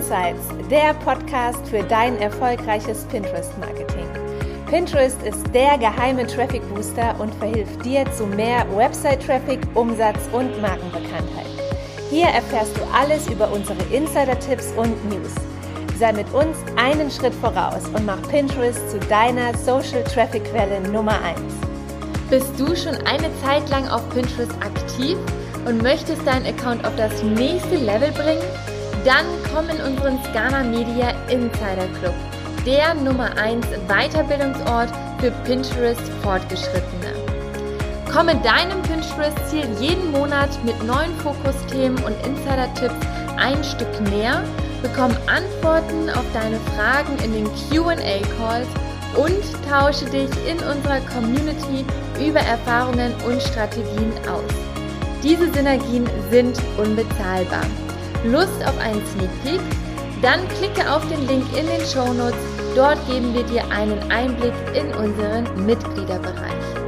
Insights, der Podcast für dein erfolgreiches Pinterest-Marketing. Pinterest ist der geheime Traffic-Booster und verhilft dir zu mehr Website-Traffic, Umsatz und Markenbekanntheit. Hier erfährst du alles über unsere Insider-Tipps und News. Sei mit uns einen Schritt voraus und mach Pinterest zu deiner Social-Traffic-Quelle Nummer 1. Bist du schon eine Zeit lang auf Pinterest aktiv und möchtest deinen Account auf das nächste Level bringen? Dann komm in unseren Scanner Media Insider Club, der Nummer 1 Weiterbildungsort für Pinterest Fortgeschrittene. Komme deinem Pinterest-Ziel jeden Monat mit neuen Fokusthemen und Insider-Tipps ein Stück näher, bekomm Antworten auf deine Fragen in den Q&A-Calls und tausche dich in unserer Community über Erfahrungen und Strategien aus. Diese Synergien sind unbezahlbar. Lust auf einen Sneak Peek? Dann klicke auf den Link in den Shownotes. Dort geben wir dir einen Einblick in unseren Mitgliederbereich.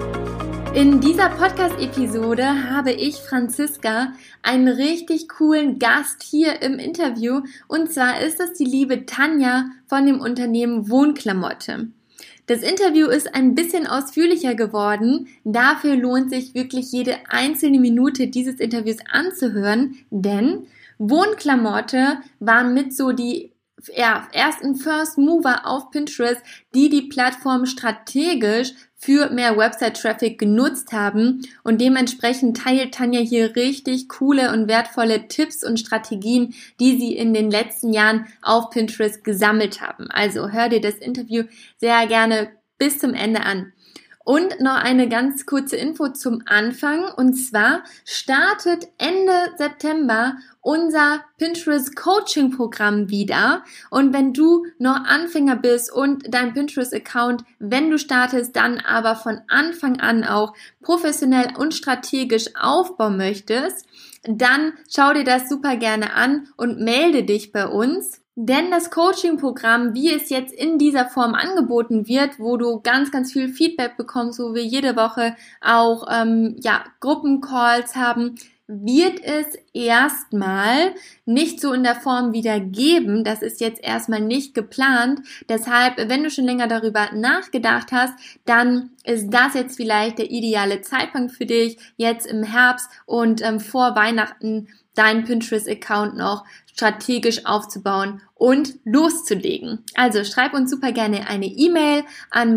In dieser Podcast-Episode habe ich, Franziska, einen richtig coolen Gast hier im Interview. Und zwar ist das die liebe Tanja von dem Unternehmen Wohnklamotte. Das Interview ist ein bisschen ausführlicher geworden. Dafür lohnt sich wirklich jede einzelne Minute dieses Interviews anzuhören, denn Wohnklamotte waren mit so die ersten First Mover auf Pinterest, die Plattform strategisch für mehr Website-Traffic genutzt haben, und dementsprechend teilt Tanja hier richtig coole und wertvolle Tipps und Strategien, die sie in den letzten Jahren auf Pinterest gesammelt haben. Also hör dir das Interview sehr gerne bis zum Ende an. Und noch eine ganz kurze Info zum Anfang, und zwar startet Ende September unser Pinterest Coaching Programm wieder, und wenn du noch Anfänger bist und dein Pinterest Account, wenn du startest, dann aber von Anfang an auch professionell und strategisch aufbauen möchtest, dann schau dir das super gerne an und melde dich bei uns. Denn das Coaching-Programm, wie es jetzt in dieser Form angeboten wird, wo du ganz, ganz viel Feedback bekommst, wo wir jede Woche auch Gruppencalls haben, wird es erstmal nicht so in der Form wieder geben. Das ist jetzt erstmal nicht geplant. Deshalb, wenn du schon länger darüber nachgedacht hast, dann ist das jetzt vielleicht der ideale Zeitpunkt für dich, jetzt im Herbst und vor Weihnachten deinen Pinterest-Account noch strategisch aufzubauen und loszulegen. Also schreib uns super gerne eine E-Mail an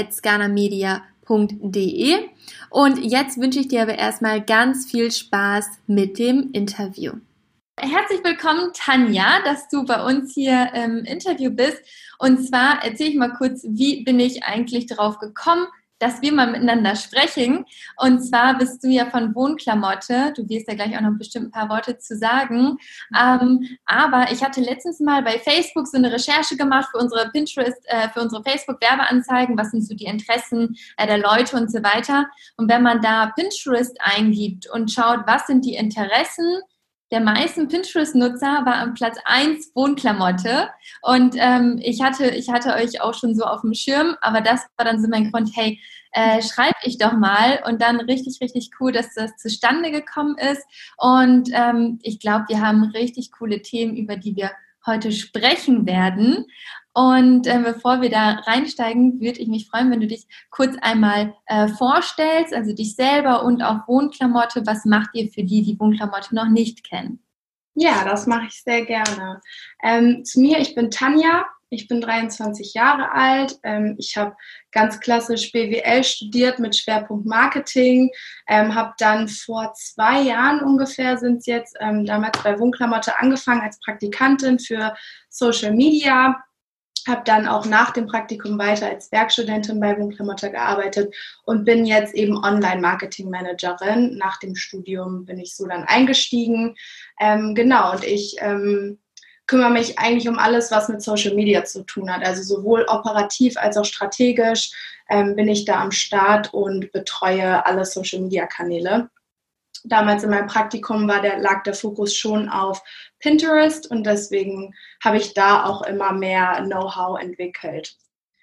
mail@scannermedia.de, und jetzt wünsche ich dir aber erstmal ganz viel Spaß mit dem Interview. Herzlich willkommen, Tanja, dass du bei uns hier im Interview bist. Und zwar erzähle ich mal kurz, wie bin ich eigentlich darauf gekommen, dass wir mal miteinander sprechen. Und zwar bist du ja von Wohnklamotte. Du wirst ja gleich auch noch bestimmt ein paar Worte zu sagen. Aber ich hatte letztens mal bei Facebook so eine Recherche gemacht für unsere für unsere Facebook-Werbeanzeigen. Was sind so die Interessen der Leute und so weiter. Und wenn man da Pinterest eingibt und schaut, was sind die Interessen der meisten Pinterest-Nutzer, war am Platz 1 Wohnklamotte. Und ich hatte euch auch schon so auf dem Schirm, aber das war dann so mein Grund, hey, schreibe ich doch mal. Und dann richtig, richtig cool, dass das zustande gekommen ist. Und ich glaube, wir haben richtig coole Themen, über die wir heute sprechen werden. Und bevor wir da reinsteigen, würde ich mich freuen, wenn du dich kurz einmal vorstellst, also dich selber und auch Wohnklamotte. Was macht ihr für die, die Wohnklamotte noch nicht kennen? Ja, das mache ich sehr gerne. Zu mir, ich bin Tanja, ich bin 23 Jahre alt. Ich habe ganz klassisch BWL studiert mit Schwerpunkt Marketing, habe dann vor 2 Jahren ungefähr sind es jetzt, damals bei Wohnklamotte angefangen als Praktikantin für Social Media. Habe dann auch nach dem Praktikum weiter als Werkstudentin bei Wohnklamotte gearbeitet und bin jetzt eben Online-Marketing-Managerin. Nach dem Studium bin ich so dann eingestiegen. Und ich kümmere mich eigentlich um alles, was mit Social Media zu tun hat. Also sowohl operativ als auch strategisch bin ich da am Start und betreue alle Social-Media-Kanäle. Damals in meinem Praktikum lag der Fokus schon auf Pinterest, und deswegen habe ich da auch immer mehr Know-how entwickelt.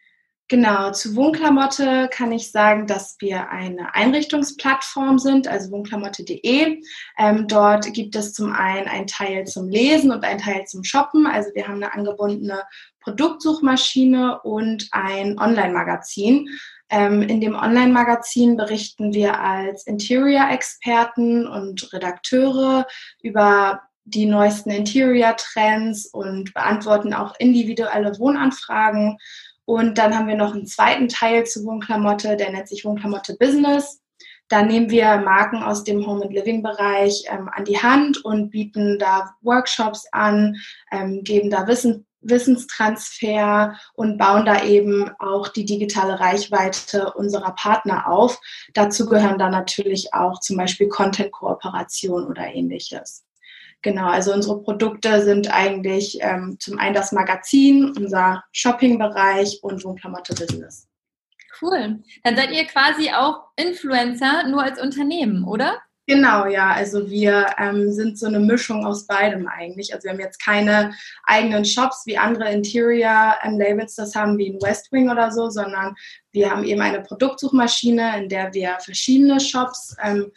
Genau, zu Wohnklamotte kann ich sagen, dass wir eine Einrichtungsplattform sind, also wohnklamotte.de. Dort gibt es zum einen einen Teil zum Lesen und einen Teil zum Shoppen. Also wir haben eine angebundene Produktsuchmaschine und ein Online-Magazin. In dem Online-Magazin berichten wir als Interior-Experten und Redakteure über die neuesten Interior-Trends und beantworten auch individuelle Wohnanfragen. Und dann haben wir noch einen zweiten Teil zu Wohnklamotte, der nennt sich Wohnklamotte Business. Da nehmen wir Marken aus dem Home- and Living-Bereich an die Hand und bieten da Workshops an, geben da Wissenstransfer und bauen da eben auch die digitale Reichweite unserer Partner auf. Dazu gehören dann natürlich auch zum Beispiel Content-Kooperation oder ähnliches. Genau, also unsere Produkte sind eigentlich zum einen das Magazin, unser Shopping-Bereich und Wohnklamotte-Business. Cool. Dann seid ihr quasi auch Influencer, nur als Unternehmen, oder? Genau, ja. Also wir sind so eine Mischung aus beidem eigentlich. Also wir haben jetzt keine eigenen Shops wie andere Interior-Labels das haben, wie in Westwing oder so, sondern wir haben eben eine Produktsuchmaschine, in der wir verschiedene Shops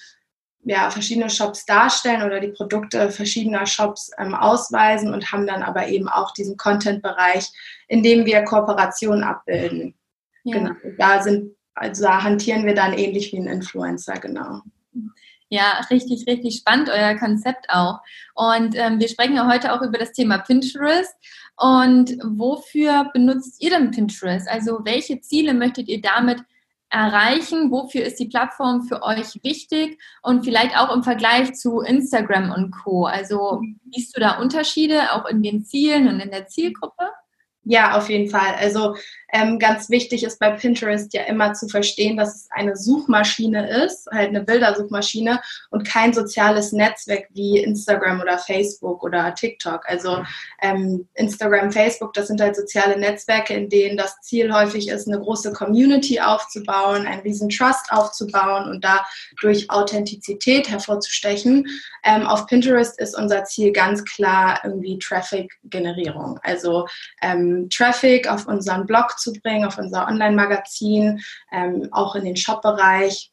darstellen oder die Produkte verschiedener Shops ausweisen und haben dann aber eben auch diesen Content-Bereich, in dem wir Kooperationen abbilden. Ja. Genau. Da hantieren wir dann ähnlich wie ein Influencer, genau. Ja, richtig, richtig spannend, euer Konzept auch. Und wir sprechen ja heute auch über das Thema Pinterest. Und wofür benutzt ihr denn Pinterest? Also welche Ziele möchtet ihr damit erreichen? Wofür ist die Plattform für euch wichtig? Und vielleicht auch im Vergleich zu Instagram und Co. Also siehst du da Unterschiede auch in den Zielen und in der Zielgruppe? Ja, auf jeden Fall. Also ganz wichtig ist bei Pinterest ja immer zu verstehen, dass es eine Suchmaschine ist, halt eine Bildersuchmaschine und kein soziales Netzwerk wie Instagram oder Facebook oder TikTok. Also Instagram, Facebook, das sind halt soziale Netzwerke, in denen das Ziel häufig ist, eine große Community aufzubauen, einen riesen Trust aufzubauen und da durch Authentizität hervorzustechen. Auf Pinterest ist unser Ziel ganz klar irgendwie Traffic-Generierung. Also Traffic auf unseren Blog zu bringen, auf unser Online-Magazin, auch in den Shop-Bereich.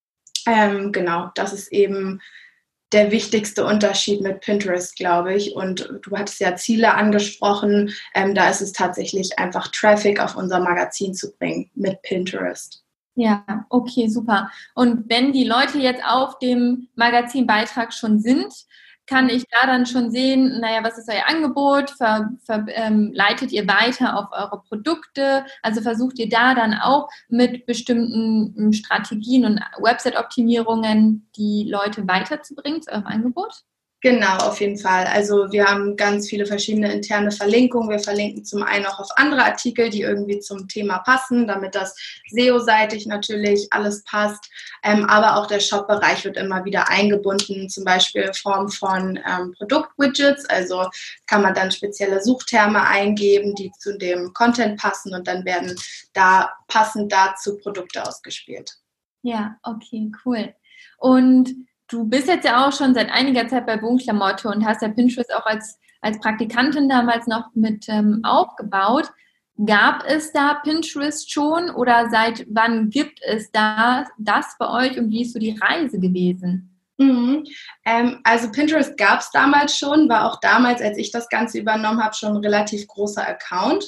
Genau, das ist eben der wichtigste Unterschied mit Pinterest, glaube ich. Und du hattest ja Ziele angesprochen. Da ist es tatsächlich einfach Traffic auf unser Magazin zu bringen mit Pinterest. Ja, okay, super. Und wenn die Leute jetzt auf dem Magazinbeitrag schon sind, kann ich da dann schon sehen, naja, was ist euer Angebot? Leitet ihr weiter auf eure Produkte? Also versucht ihr da dann auch mit bestimmten Strategien und Website-Optimierungen die Leute weiterzubringen zu eurem Angebot? Genau, auf jeden Fall. Also wir haben ganz viele verschiedene interne Verlinkungen. Wir verlinken zum einen auch auf andere Artikel, die irgendwie zum Thema passen, damit das SEO-seitig natürlich alles passt. Aber auch der Shop-Bereich wird immer wieder eingebunden, zum Beispiel in Form von Produkt-Widgets. Also kann man dann spezielle Suchterme eingeben, die zu dem Content passen und dann werden da passend dazu Produkte ausgespielt. Ja, okay, cool. Und du bist jetzt ja auch schon seit einiger Zeit bei Wohnklamotte und hast ja Pinterest auch als Praktikantin damals noch mit aufgebaut. Gab es da Pinterest schon oder seit wann gibt es da das bei euch und wie ist so die Reise gewesen? Also Pinterest gab es damals schon, war auch damals, als ich das Ganze übernommen habe, schon ein relativ großer Account.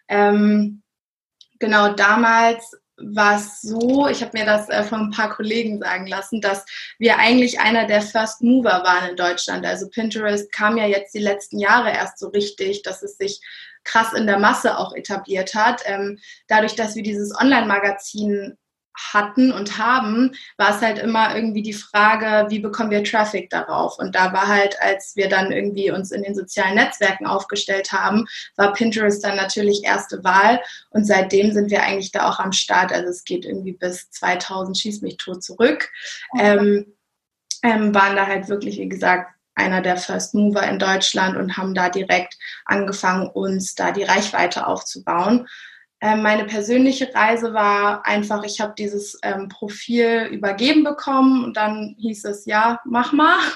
Genau, damals war es so, ich habe mir das von ein paar Kollegen sagen lassen, dass wir eigentlich einer der First Mover waren in Deutschland. Also Pinterest kam ja jetzt die letzten Jahre erst so richtig, dass es sich krass in der Masse auch etabliert hat. Dadurch, dass wir dieses Online-Magazin hatten und haben, war es halt immer irgendwie die Frage, wie bekommen wir Traffic darauf? Und da war halt, als wir dann irgendwie uns in den sozialen Netzwerken aufgestellt haben, war Pinterest dann natürlich erste Wahl und seitdem sind wir eigentlich da auch am Start. Also es geht irgendwie bis 2000, schieß mich tot zurück. Waren da halt wirklich, wie gesagt, einer der First Mover in Deutschland und haben da direkt angefangen, uns da die Reichweite aufzubauen. Meine persönliche Reise war einfach, ich habe dieses Profil übergeben bekommen und dann hieß es, ja, mach mal.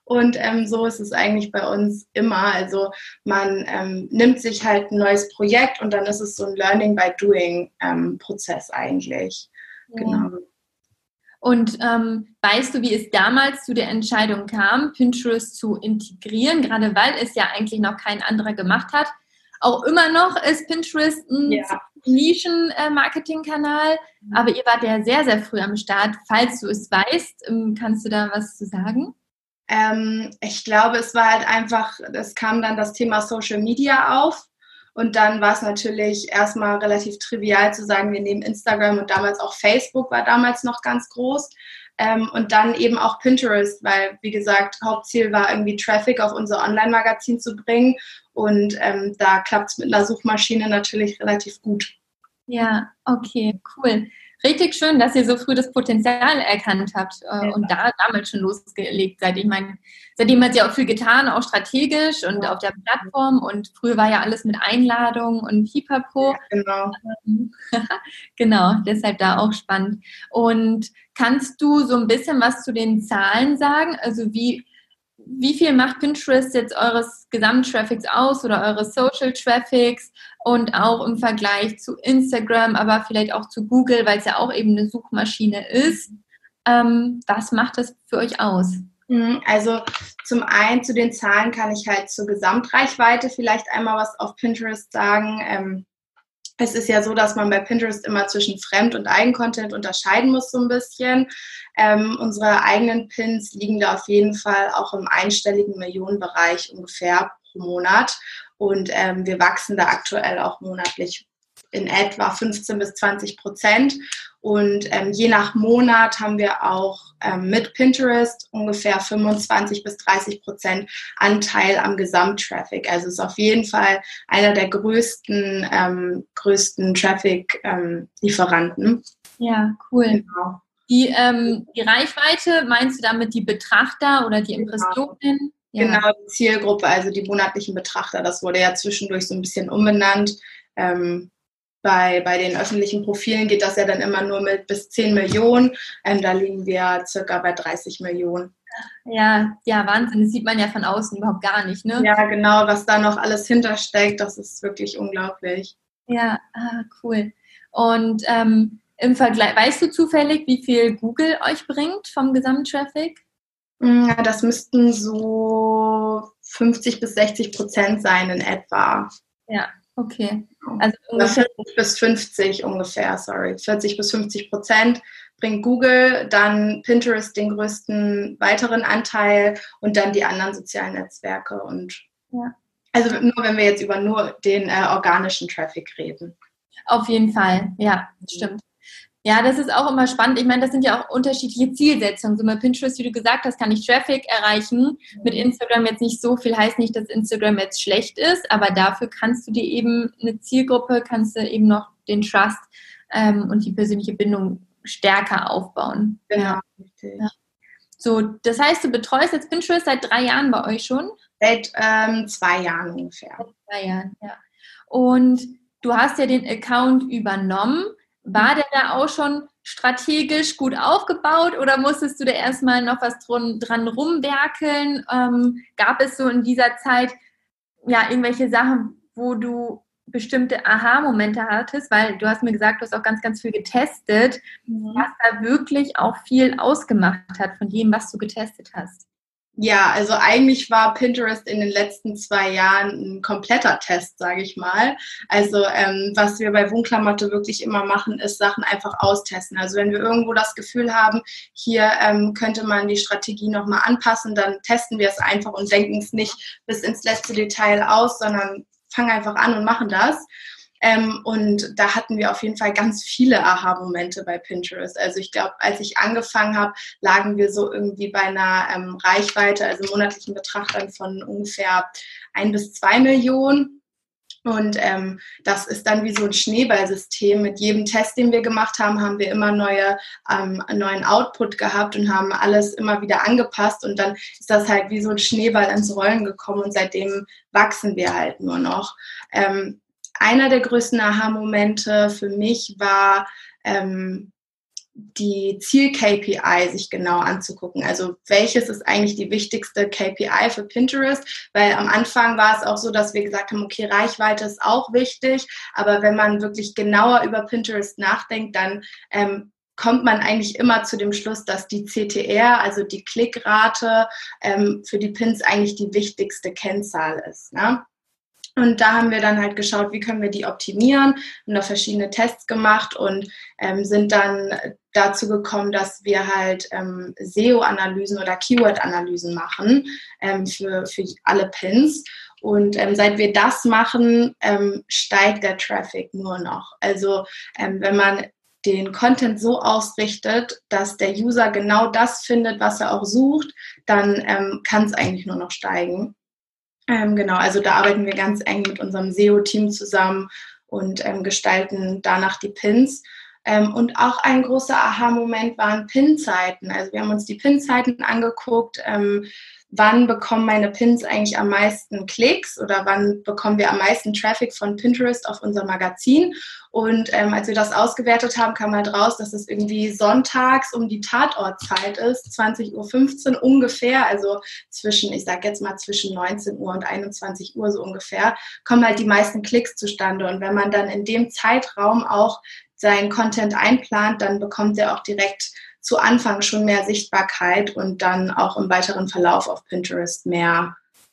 Und so ist es eigentlich bei uns immer. Also man nimmt sich halt ein neues Projekt und dann ist es so ein Learning by Doing Prozess eigentlich. Ja. Genau. Und weißt du, wie es damals zu der Entscheidung kam, Pinterest zu integrieren, gerade weil es ja eigentlich noch kein anderer gemacht hat? Auch immer noch ist Pinterest ein Nischen-Marketing-Kanal, aber ihr wart ja sehr, sehr früh am Start. Falls du es weißt, kannst du da was zu sagen? Ich glaube, es war halt einfach, es kam dann das Thema Social Media auf und dann war es natürlich erstmal relativ trivial zu sagen, wir nehmen Instagram und damals auch Facebook war damals noch ganz groß und dann eben auch Pinterest, weil, wie gesagt, Hauptziel war irgendwie Traffic auf unser Online-Magazin zu bringen und da klappt es mit einer Suchmaschine natürlich relativ gut. Ja, okay, cool. Richtig schön, dass ihr so früh das Potenzial erkannt habt und damals schon losgelegt seid. Ich meine, seitdem hat sie auch viel getan, auch strategisch und auf der Plattform. Und früher war ja alles mit Einladung und Pipapo. Ja, genau. Genau, deshalb da auch spannend. Und kannst du so ein bisschen was zu den Zahlen sagen? Also wie viel macht Pinterest jetzt eures Gesamttraffics aus oder eures Social Traffics und auch im Vergleich zu Instagram, aber vielleicht auch zu Google, weil es ja auch eben eine Suchmaschine ist. Was macht das für euch aus? Also zum einen zu den Zahlen kann ich halt zur Gesamtreichweite vielleicht einmal was auf Pinterest sagen. Es ist ja so, dass man bei Pinterest immer zwischen Fremd- und Eigencontent unterscheiden muss so ein bisschen. Unsere eigenen Pins liegen da auf jeden Fall auch im einstelligen Millionenbereich ungefähr pro Monat. Und wir wachsen da aktuell auch monatlich in etwa 15-20%. Und je nach Monat haben wir auch mit Pinterest ungefähr 25-30% Anteil am Gesamttraffic. Also ist auf jeden Fall einer der größten Traffic-Lieferanten. Ja, cool. Genau. Die Reichweite, meinst du damit die Betrachter oder die Impressionen? Ja. Genau, die Zielgruppe, also die monatlichen Betrachter. Das wurde ja zwischendurch so ein bisschen umbenannt. Bei den öffentlichen Profilen geht das ja dann immer nur mit bis 10 Millionen. Da liegen wir circa bei 30 Millionen. Ja, Wahnsinn. Das sieht man ja von außen überhaupt gar nicht, ne? Ja, genau, was da noch alles hintersteckt, das ist wirklich unglaublich. Ja, cool. Und im Vergleich, weißt du zufällig, wie viel Google euch bringt vom Gesamttraffic? Das müssten so 50-60% sein in etwa. Ja, okay. Also ungefähr 40-50 ungefähr, 40-50% bringt Google, dann Pinterest den größten weiteren Anteil und dann die anderen sozialen Netzwerke. Und also nur wenn wir jetzt über nur den organischen Traffic reden. Auf jeden Fall, ja, stimmt. Ja, das ist auch immer spannend. Ich meine, das sind ja auch unterschiedliche Zielsetzungen. So mit Pinterest, wie du gesagt hast, kann ich Traffic erreichen. Mit Instagram jetzt nicht so viel, heißt nicht, dass Instagram jetzt schlecht ist, aber dafür kannst du dir eben eine Zielgruppe, kannst du eben noch den Trust und die persönliche Bindung stärker aufbauen. Genau, richtig. Ja. So, das heißt, du betreust jetzt Pinterest seit 3 Jahren bei euch schon? Seit 2 Jahren ungefähr. Seit 2 Jahren, ja. Und du hast ja den Account übernommen. War der da auch schon strategisch gut aufgebaut oder musstest du da erstmal noch was dran rumwerkeln? Gab es so in dieser Zeit ja irgendwelche Sachen, wo du bestimmte Aha-Momente hattest? Weil du hast mir gesagt, du hast auch ganz, ganz viel getestet, was da wirklich auch viel ausgemacht hat von dem, was du getestet hast. Ja, also eigentlich war Pinterest in den letzten 2 Jahren ein kompletter Test, sage ich mal. Also was wir bei Wohnklamotte wirklich immer machen, ist Sachen einfach austesten. Also wenn wir irgendwo das Gefühl haben, hier könnte man die Strategie nochmal anpassen, dann testen wir es einfach und denken es nicht bis ins letzte Detail aus, sondern fangen einfach an und machen das. Und da hatten wir auf jeden Fall ganz viele Aha-Momente bei Pinterest. Also ich glaube, als ich angefangen habe, lagen wir so irgendwie bei einer Reichweite, also monatlichen Betrachtern von ungefähr 1 bis 2 Millionen. Und das ist dann wie so ein Schneeballsystem. Mit jedem Test, den wir gemacht haben, haben wir immer neuen Output gehabt und haben alles immer wieder angepasst. Und dann ist das halt wie so ein Schneeball ins Rollen gekommen und seitdem wachsen wir halt nur noch. Einer der größten Aha-Momente für mich war die Ziel-KPI sich genau anzugucken. Also welches ist eigentlich die wichtigste KPI für Pinterest? Weil am Anfang war es auch so, dass wir gesagt haben, okay, Reichweite ist auch wichtig, aber wenn man wirklich genauer über Pinterest nachdenkt, dann kommt man eigentlich immer zu dem Schluss, dass die CTR, also die Klickrate, für die Pins eigentlich die wichtigste Kennzahl ist, ne? Und da haben wir dann halt geschaut, wie können wir die optimieren, haben da verschiedene Tests gemacht und sind dann dazu gekommen, dass wir halt SEO-Analysen oder Keyword-Analysen machen für alle Pins. Und seit wir das machen, steigt der Traffic nur noch. Also wenn man den Content so ausrichtet, dass der User genau das findet, was er auch sucht, dann kann es eigentlich nur noch steigen. Genau, also da arbeiten wir ganz eng mit unserem SEO-Team zusammen und gestalten danach die Pins. Und auch ein großer Aha-Moment waren Pin-Zeiten. Also wir haben uns die Pin-Zeiten angeguckt, wann bekommen meine Pins eigentlich am meisten Klicks oder wann bekommen wir am meisten Traffic von Pinterest auf unser Magazin. Und als wir das ausgewertet haben, kam halt raus, dass es irgendwie sonntags um die Tatortzeit ist, 20:15 Uhr ungefähr, also ich sage jetzt mal zwischen 19 Uhr und 21 Uhr so ungefähr, kommen halt die meisten Klicks zustande. Und wenn man dann in dem Zeitraum auch seinen Content einplant, dann bekommt er auch direkt zu Anfang schon mehr Sichtbarkeit und dann auch im weiteren Verlauf auf Pinterest mehr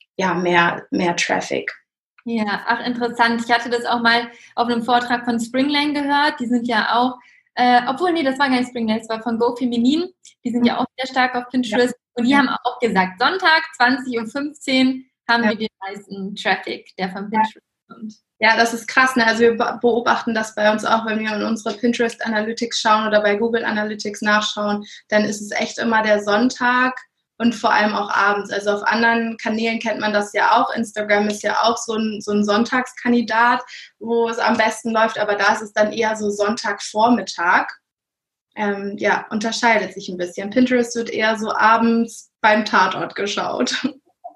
Traffic. Ja, ach interessant. Ich hatte das auch mal auf einem Vortrag von Springlane gehört. Die sind ja auch, das war gar nicht Springlane, das war von GoFeminin. Die sind ja auch sehr stark auf Pinterest. Ja. Und die haben auch gesagt, Sonntag 20:15 Uhr haben wir den meisten Traffic, der von Pinterest kommt. Ja, das ist krass, ne? Also wir beobachten das bei uns auch, wenn wir in unsere Pinterest Analytics schauen oder bei Google Analytics nachschauen, dann ist es echt immer der Sonntag und vor allem auch abends. Also auf anderen Kanälen kennt man das ja auch. Instagram ist ja auch so ein Sonntagskandidat, wo es am besten läuft, aber da ist es dann eher so Sonntagvormittag. Unterscheidet sich ein bisschen. Pinterest wird eher so abends beim Tatort geschaut.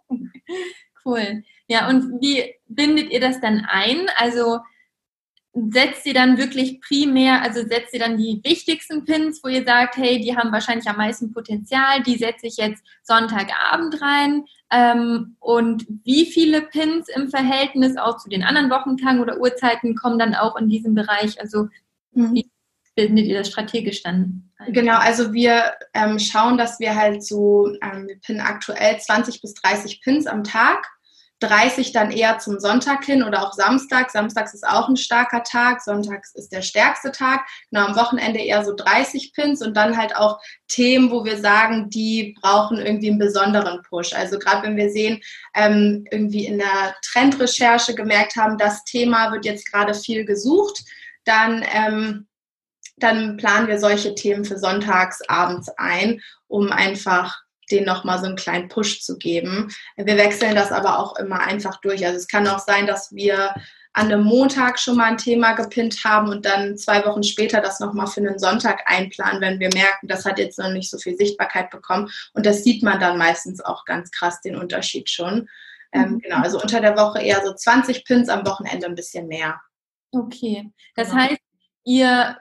Cool. Ja, und wie bindet ihr das dann ein? Also setzt ihr dann wirklich setzt ihr dann die wichtigsten Pins, wo ihr sagt, hey, die haben wahrscheinlich am meisten Potenzial, die setze ich jetzt Sonntagabend rein. Und wie viele Pins im Verhältnis auch zu den anderen Wochentagen oder Uhrzeiten kommen dann auch in diesem Bereich? Also wie bindet ihr das strategisch dann ein? Genau, also wir schauen, dass wir halt wir pinnen aktuell 20 bis 30 Pins am Tag. 30 dann eher zum Sonntag hin oder auch Samstag. Samstags ist auch ein starker Tag, sonntags ist der stärkste Tag. Genau, am Wochenende eher so 30 Pins und dann halt auch Themen, wo wir sagen, die brauchen irgendwie einen besonderen Push. Also gerade wenn wir sehen, irgendwie in der Trendrecherche gemerkt haben, das Thema wird jetzt gerade viel gesucht, dann planen wir solche Themen für sonntags abends ein, um einfach denen nochmal so einen kleinen Push zu geben. Wir wechseln das aber auch immer einfach durch. Also es kann auch sein, dass wir an einem Montag schon mal ein Thema gepinnt haben und dann 2 Wochen später das nochmal für einen Sonntag einplanen, wenn wir merken, das hat jetzt noch nicht so viel Sichtbarkeit bekommen. Und das sieht man dann meistens auch ganz krass, den Unterschied schon. Genau, also unter der Woche eher so 20 Pins, am Wochenende ein bisschen mehr. Okay, das heißt, ihr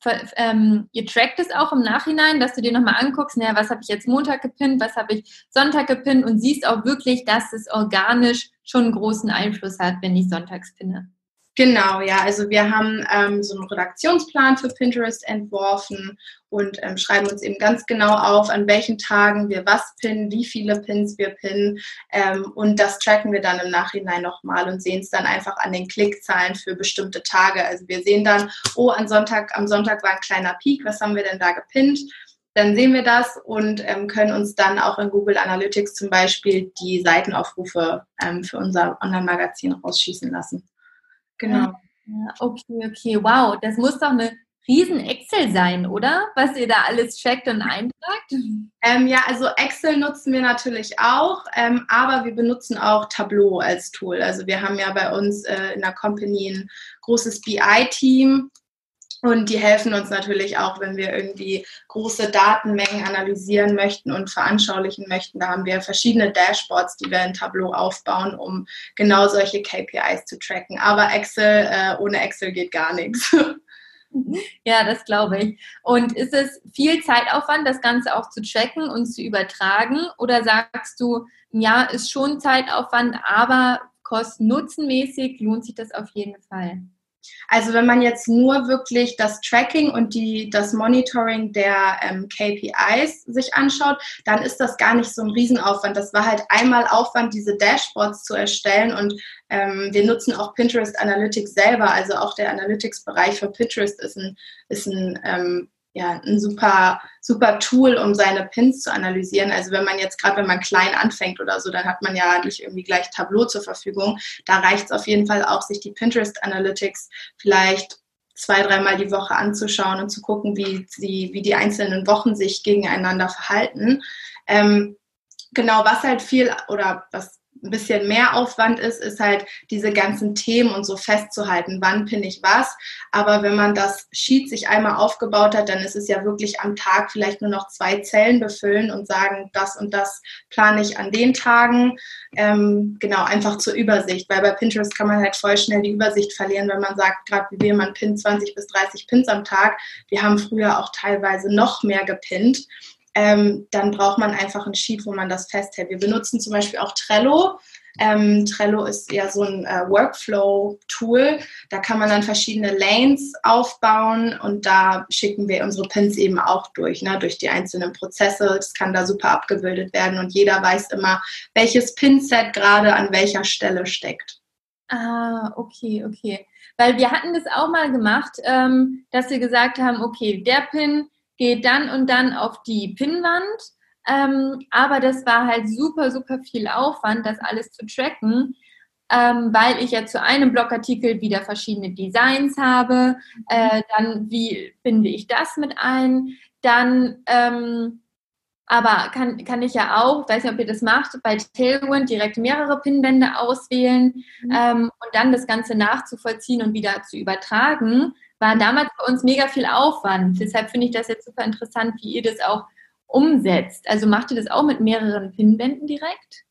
trackt es auch im Nachhinein, dass du dir nochmal anguckst, was habe ich jetzt Montag gepinnt, was habe ich Sonntag gepinnt und siehst auch wirklich, dass es organisch schon einen großen Einfluss hat, wenn ich sonntags pinne. Genau, ja, also wir haben so einen Redaktionsplan für Pinterest entworfen und schreiben uns eben ganz genau auf, an welchen Tagen wir was pinnen, wie viele Pins wir pinnen und das tracken wir dann im Nachhinein nochmal und sehen es dann einfach an den Klickzahlen für bestimmte Tage. Also wir sehen dann, am Sonntag war ein kleiner Peak, was haben wir denn da gepinnt? Dann sehen wir das und können uns dann auch in Google Analytics zum Beispiel die Seitenaufrufe für unser Online-Magazin rausschießen lassen. Genau. Ja, okay, wow, das muss doch eine riesen Excel sein, oder? Was ihr da alles checkt und eintragt? Also Excel nutzen wir natürlich auch, aber wir benutzen auch Tableau als Tool. Also wir haben ja bei uns in der Company ein großes BI-Team und die helfen uns natürlich auch, wenn wir irgendwie große Datenmengen analysieren möchten und veranschaulichen möchten. Da haben wir verschiedene Dashboards, die wir in Tableau aufbauen, um genau solche KPIs zu tracken. Aber ohne Excel geht gar nichts. Ja, das glaube ich. Und ist es viel Zeitaufwand, das Ganze auch zu tracken und zu übertragen? Oder sagst du, ja, ist schon Zeitaufwand, aber kosten-nutzenmäßig lohnt sich das auf jeden Fall? Also wenn man jetzt nur wirklich das Tracking und das Monitoring der KPIs sich anschaut, dann ist das gar nicht so ein Riesenaufwand. Das war halt einmal Aufwand, diese Dashboards zu erstellen, und wir nutzen auch Pinterest Analytics selber. Also auch der Analytics-Bereich für Pinterest ist ein super Tool, um seine Pins zu analysieren. Also wenn man klein anfängt oder so, dann hat man ja nicht irgendwie gleich Tableau zur Verfügung. Da reicht es auf jeden Fall auch, sich die Pinterest Analytics vielleicht 2-3 Mal die Woche anzuschauen und zu gucken, wie die einzelnen Wochen sich gegeneinander verhalten. Genau, was halt was ein bisschen mehr Aufwand ist halt diese ganzen Themen und so festzuhalten, wann pinne ich was. Aber wenn man das Sheet sich einmal aufgebaut hat, dann ist es ja wirklich am Tag vielleicht nur noch 2 Zellen befüllen und sagen, das und das plane ich an den Tagen. Genau, einfach zur Übersicht, weil bei Pinterest kann man halt voll schnell die Übersicht verlieren, wenn man sagt, gerade wie wir, man pinnt 20 bis 30 Pins am Tag. Wir haben früher auch teilweise noch mehr gepinnt. Dann braucht man einfach ein Sheet, wo man das festhält. Wir benutzen zum Beispiel auch Trello. Trello ist ja so ein Workflow-Tool. Da kann man dann verschiedene Lanes aufbauen, und da schicken wir unsere Pins eben auch durch die einzelnen Prozesse. Das kann da super abgebildet werden, und jeder weiß immer, welches Pinset gerade an welcher Stelle steckt. Ah, okay. Weil wir hatten das auch mal gemacht, dass wir gesagt haben, okay, der Pin geht dann und dann auf die Pinnwand, aber das war halt super, super viel Aufwand, das alles zu tracken, weil ich ja zu einem Blogartikel wieder verschiedene Designs habe, dann wie binde ich das mit ein, dann aber kann ich ja auch, weiß nicht, ob ihr das macht, bei Tailwind direkt mehrere Pinnwände auswählen und dann das Ganze nachzuvollziehen und wieder zu übertragen, war damals bei uns mega viel Aufwand. Deshalb finde ich das jetzt super interessant, wie ihr das auch umsetzt. Also macht ihr das auch mit mehreren Pinnwänden direkt?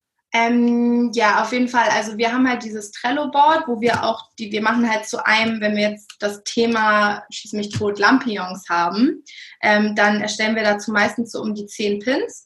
Ja, auf jeden Fall. Also wir haben halt dieses Trello-Board, wo wir machen halt zu einem, wenn wir jetzt das Thema Schieß mich tot Lampions haben, dann erstellen wir dazu meistens so um die 10 Pins.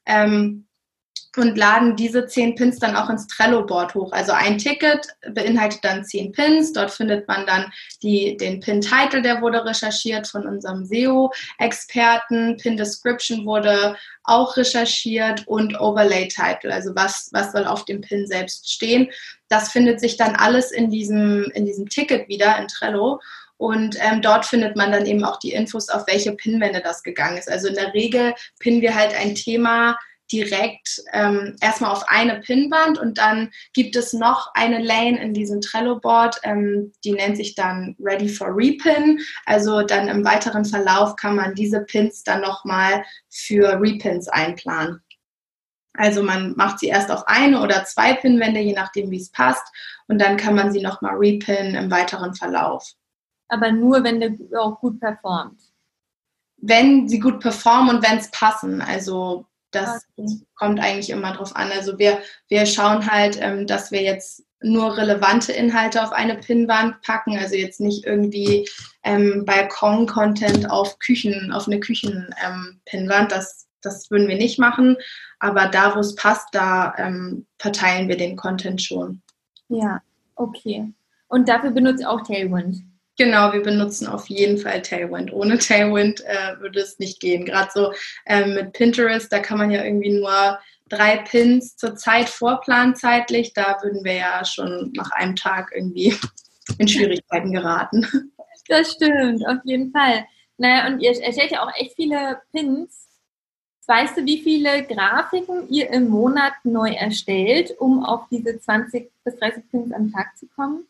Und laden diese 10 Pins dann auch ins Trello-Board hoch. Also ein Ticket beinhaltet dann 10 Pins. Dort findet man dann den Pin-Title, der wurde recherchiert von unserem SEO-Experten. Pin-Description wurde auch recherchiert und Overlay-Title, also was soll auf dem Pin selbst stehen. Das findet sich dann alles in diesem Ticket wieder in Trello. Und dort findet man dann eben auch die Infos, auf welche Pinwände das gegangen ist. Also in der Regel pinnen wir halt ein Thema direkt erstmal auf eine Pinnwand, und dann gibt es noch eine Lane in diesem Trello-Board, die nennt sich dann Ready for Repin. Also dann im weiteren Verlauf kann man diese Pins dann nochmal für Repins einplanen. Also man macht sie erst auf 1 oder 2 Pinwände, je nachdem wie es passt, und dann kann man sie nochmal repinnen im weiteren Verlauf. Aber nur, wenn der auch gut performt? Wenn sie gut performen und wenn es passen, also das kommt eigentlich immer drauf an. Also wir schauen halt, dass wir jetzt nur relevante Inhalte auf eine Pinnwand packen, also jetzt nicht irgendwie Balkon-Content auf eine Küchen-Pinnwand, das würden wir nicht machen, aber da, wo es passt, da verteilen wir den Content schon. Ja, okay. Und dafür benutzt ihr auch Tailwind? Genau, wir benutzen auf jeden Fall Tailwind. Ohne Tailwind würde es nicht gehen. Gerade so mit Pinterest, da kann man ja irgendwie nur 3 Pins zur Zeit vorplanen zeitlich. Da würden wir ja schon nach einem Tag irgendwie in Schwierigkeiten geraten. Das stimmt, auf jeden Fall. Naja, und ihr erstellt ja auch echt viele Pins. Weißt du, wie viele Grafiken ihr im Monat neu erstellt, um auf diese 20 bis 30 Pins am Tag zu kommen?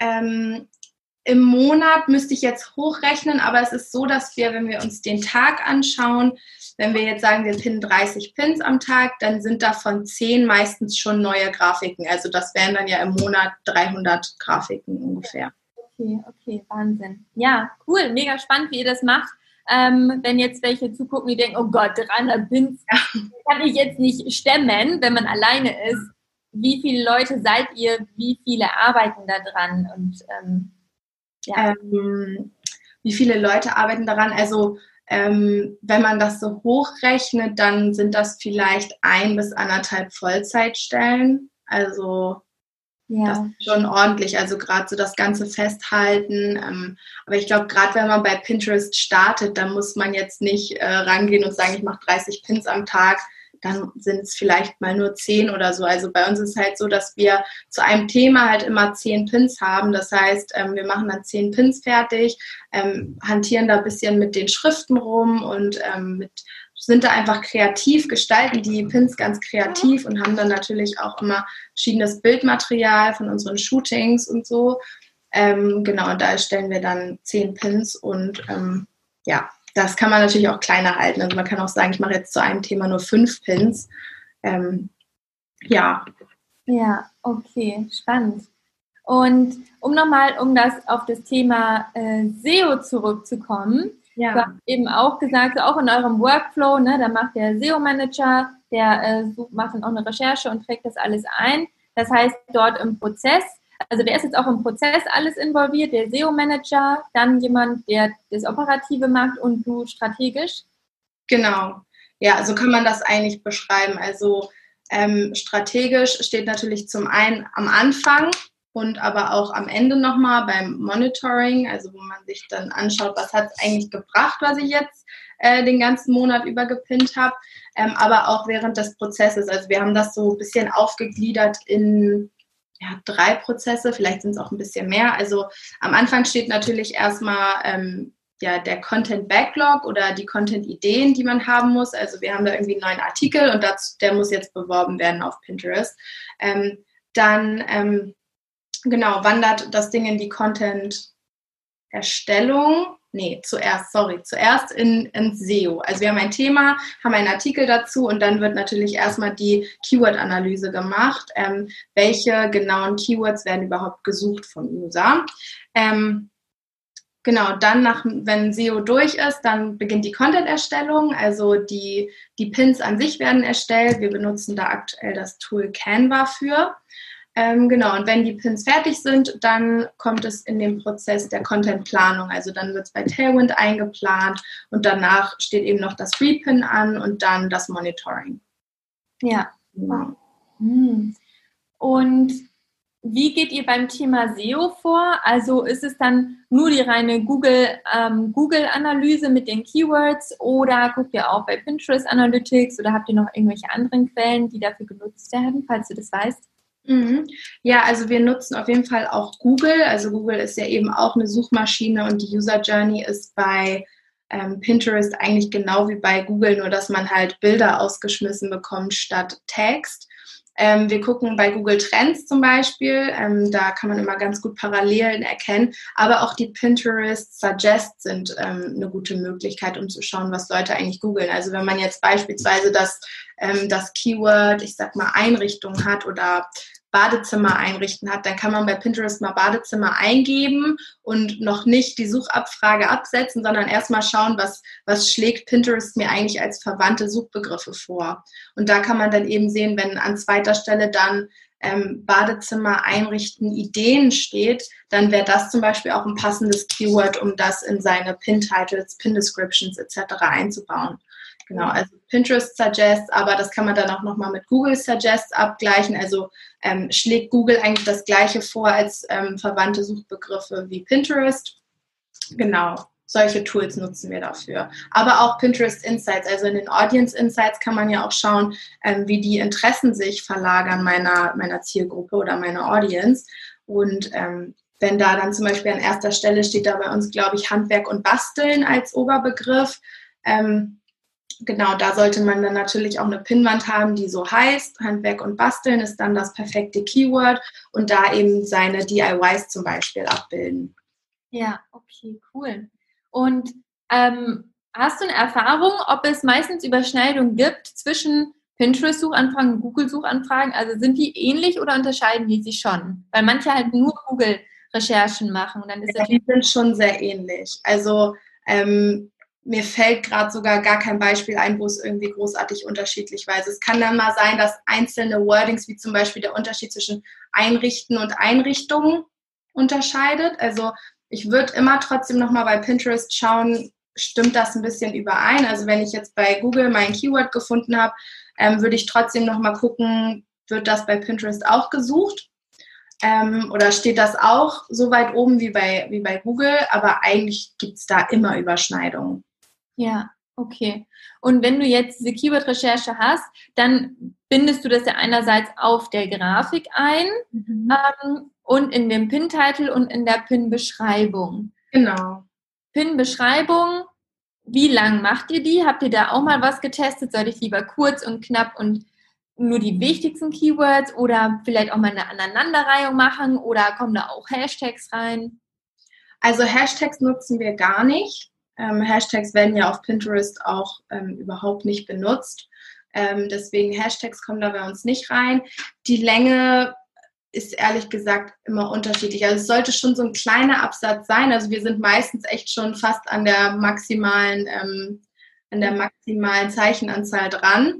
Im Monat müsste ich jetzt hochrechnen, aber es ist so, dass wir, wenn wir uns den Tag anschauen, wenn wir jetzt sagen, wir pinnen 30 Pins am Tag, dann sind davon 10 meistens schon neue Grafiken. Also das wären dann ja im Monat 300 Grafiken ungefähr. Okay, Wahnsinn. Ja, cool, mega spannend, wie ihr das macht. Wenn jetzt welche zugucken, die denken, oh Gott, 300 Pins kann ich jetzt nicht stemmen, wenn man alleine ist. Wie viele Leute seid ihr? Wie viele arbeiten da dran? Und wie viele Leute arbeiten daran. Also wenn man das so hochrechnet, dann sind das vielleicht 1 bis 1,5 Vollzeitstellen. Also das ist schon ordentlich, also gerade so das ganze Festhalten. Aber ich glaube, gerade wenn man bei Pinterest startet, dann muss man jetzt nicht rangehen und sagen, ich mache 30 Pins am Tag, dann sind es vielleicht mal nur 10 oder so. Also bei uns ist halt so, dass wir zu einem Thema halt immer 10 Pins haben. Das heißt, wir machen dann 10 Pins fertig, hantieren da ein bisschen mit den Schriften rum und sind da einfach kreativ, gestalten die Pins ganz kreativ und haben dann natürlich auch immer verschiedenes Bildmaterial von unseren Shootings und so. Genau, und da erstellen wir dann 10 Pins und das kann man natürlich auch kleiner halten. Also man kann auch sagen, ich mache jetzt zu einem Thema nur 5 Pins. Ja, okay, spannend. Und um auf das Thema SEO zurückzukommen, du hast eben auch gesagt, auch in eurem Workflow, ne, da macht der SEO-Manager, der macht dann auch eine Recherche und trägt das alles ein. Das heißt, dort im Prozess, also wer ist jetzt auch im Prozess alles involviert? Der SEO-Manager, dann jemand, der das Operative macht und du strategisch? Genau. Ja, so kann man das eigentlich beschreiben. Also strategisch steht natürlich zum einen am Anfang und aber auch am Ende nochmal beim Monitoring, also wo man sich dann anschaut, was hat es eigentlich gebracht, was ich jetzt den ganzen Monat über gepinnt habe, aber auch während des Prozesses. Also wir haben das so ein bisschen aufgegliedert in 3 Prozesse, vielleicht sind es auch ein bisschen mehr. Also am Anfang steht natürlich erstmal der Content-Backlog oder die Content-Ideen, die man haben muss. Also wir haben da irgendwie einen neuen Artikel und der muss jetzt beworben werden auf Pinterest. Dann wandert das Ding in die Content-Erstellung. Zuerst in SEO. Also wir haben ein Thema, haben einen Artikel dazu und dann wird natürlich erstmal die Keyword-Analyse gemacht. Welche genauen Keywords werden überhaupt gesucht vom User? Dann, wenn SEO durch ist, dann beginnt die Content-Erstellung. Also die Pins an sich werden erstellt. Wir benutzen da aktuell das Tool Canva für. Und wenn die Pins fertig sind, dann kommt es in den Prozess der Content-Planung. Also dann wird es bei Tailwind eingeplant und danach steht eben noch das Repin an und dann das Monitoring. Ja. Genau. Und wie geht ihr beim Thema SEO vor? Also ist es dann nur die reine Google-Analyse mit den Keywords oder guckt ihr auch bei Pinterest Analytics oder habt ihr noch irgendwelche anderen Quellen, die dafür genutzt werden, falls du das weißt? Ja, also wir nutzen auf jeden Fall auch Google. Also Google ist ja eben auch eine Suchmaschine und die User Journey ist bei Pinterest eigentlich genau wie bei Google, nur dass man halt Bilder ausgeschmissen bekommt statt Text. Wir gucken bei Google Trends zum Beispiel, da kann man immer ganz gut Parallelen erkennen, aber auch die Pinterest Suggests sind eine gute Möglichkeit, um zu schauen, was Leute eigentlich googeln. Also wenn man jetzt beispielsweise das Keyword, ich sag mal Einrichtung hat oder Badezimmer einrichten hat, dann kann man bei Pinterest mal Badezimmer eingeben und noch nicht die Suchabfrage absetzen, sondern erstmal schauen, was schlägt Pinterest mir eigentlich als verwandte Suchbegriffe vor. Und da kann man dann eben sehen, wenn an zweiter Stelle dann Badezimmer einrichten Ideen steht, dann wäre das zum Beispiel auch ein passendes Keyword, um das in seine Pin-Titles, Pin-Descriptions etc. einzubauen. Genau, also Pinterest Suggests, aber das kann man dann auch nochmal mit Google Suggests abgleichen. Also schlägt Google eigentlich das Gleiche vor als verwandte Suchbegriffe wie Pinterest. Genau, solche Tools nutzen wir dafür. Aber auch Pinterest Insights, also in den Audience Insights kann man ja auch schauen, wie die Interessen sich verlagern meiner Zielgruppe oder meiner Audience. Und wenn da dann zum Beispiel an erster Stelle steht da bei uns, glaube ich, Handwerk und Basteln als Oberbegriff, genau, da sollte man dann natürlich auch eine Pinnwand haben, die so heißt. Handwerk und Basteln ist dann das perfekte Keyword und da eben seine DIYs zum Beispiel abbilden. Ja, okay, cool. Und hast du eine Erfahrung, ob es meistens Überschneidungen gibt zwischen Pinterest-Suchanfragen und Google-Suchanfragen? Also sind die ähnlich oder unterscheiden die sich schon? Weil manche halt nur Google-Recherchen machen. Und dann ist die sind schon sehr ähnlich. Also mir fällt gerade sogar gar kein Beispiel ein, wo es irgendwie großartig unterschiedlich war. Also es kann dann mal sein, dass einzelne Wordings, wie zum Beispiel der Unterschied zwischen Einrichten und Einrichtungen, unterscheidet. Also ich würde immer trotzdem nochmal bei Pinterest schauen, stimmt das ein bisschen überein? Also wenn ich jetzt bei Google mein Keyword gefunden habe, würde ich trotzdem nochmal gucken, wird das bei Pinterest auch gesucht? Oder steht das auch so weit oben wie bei Google? Aber eigentlich gibt es da immer Überschneidungen. Ja, okay. Und wenn du jetzt diese Keyword-Recherche hast, dann bindest du das ja einerseits auf der Grafik ein und in dem Pin-Title und in der Pin-Beschreibung. Genau. Pin-Beschreibung, wie lang macht ihr die? Habt ihr da auch mal was getestet? Soll ich lieber kurz und knapp und nur die wichtigsten Keywords oder vielleicht auch mal eine Aneinanderreihung machen oder kommen da auch Hashtags rein? Also Hashtags nutzen wir gar nicht. Hashtags werden ja auf Pinterest auch überhaupt nicht benutzt. Deswegen Hashtags kommen da bei uns nicht rein. Die Länge ist ehrlich gesagt immer unterschiedlich. Also es sollte schon so ein kleiner Absatz sein. Also wir sind meistens echt schon fast an der maximalen Zeichenanzahl dran.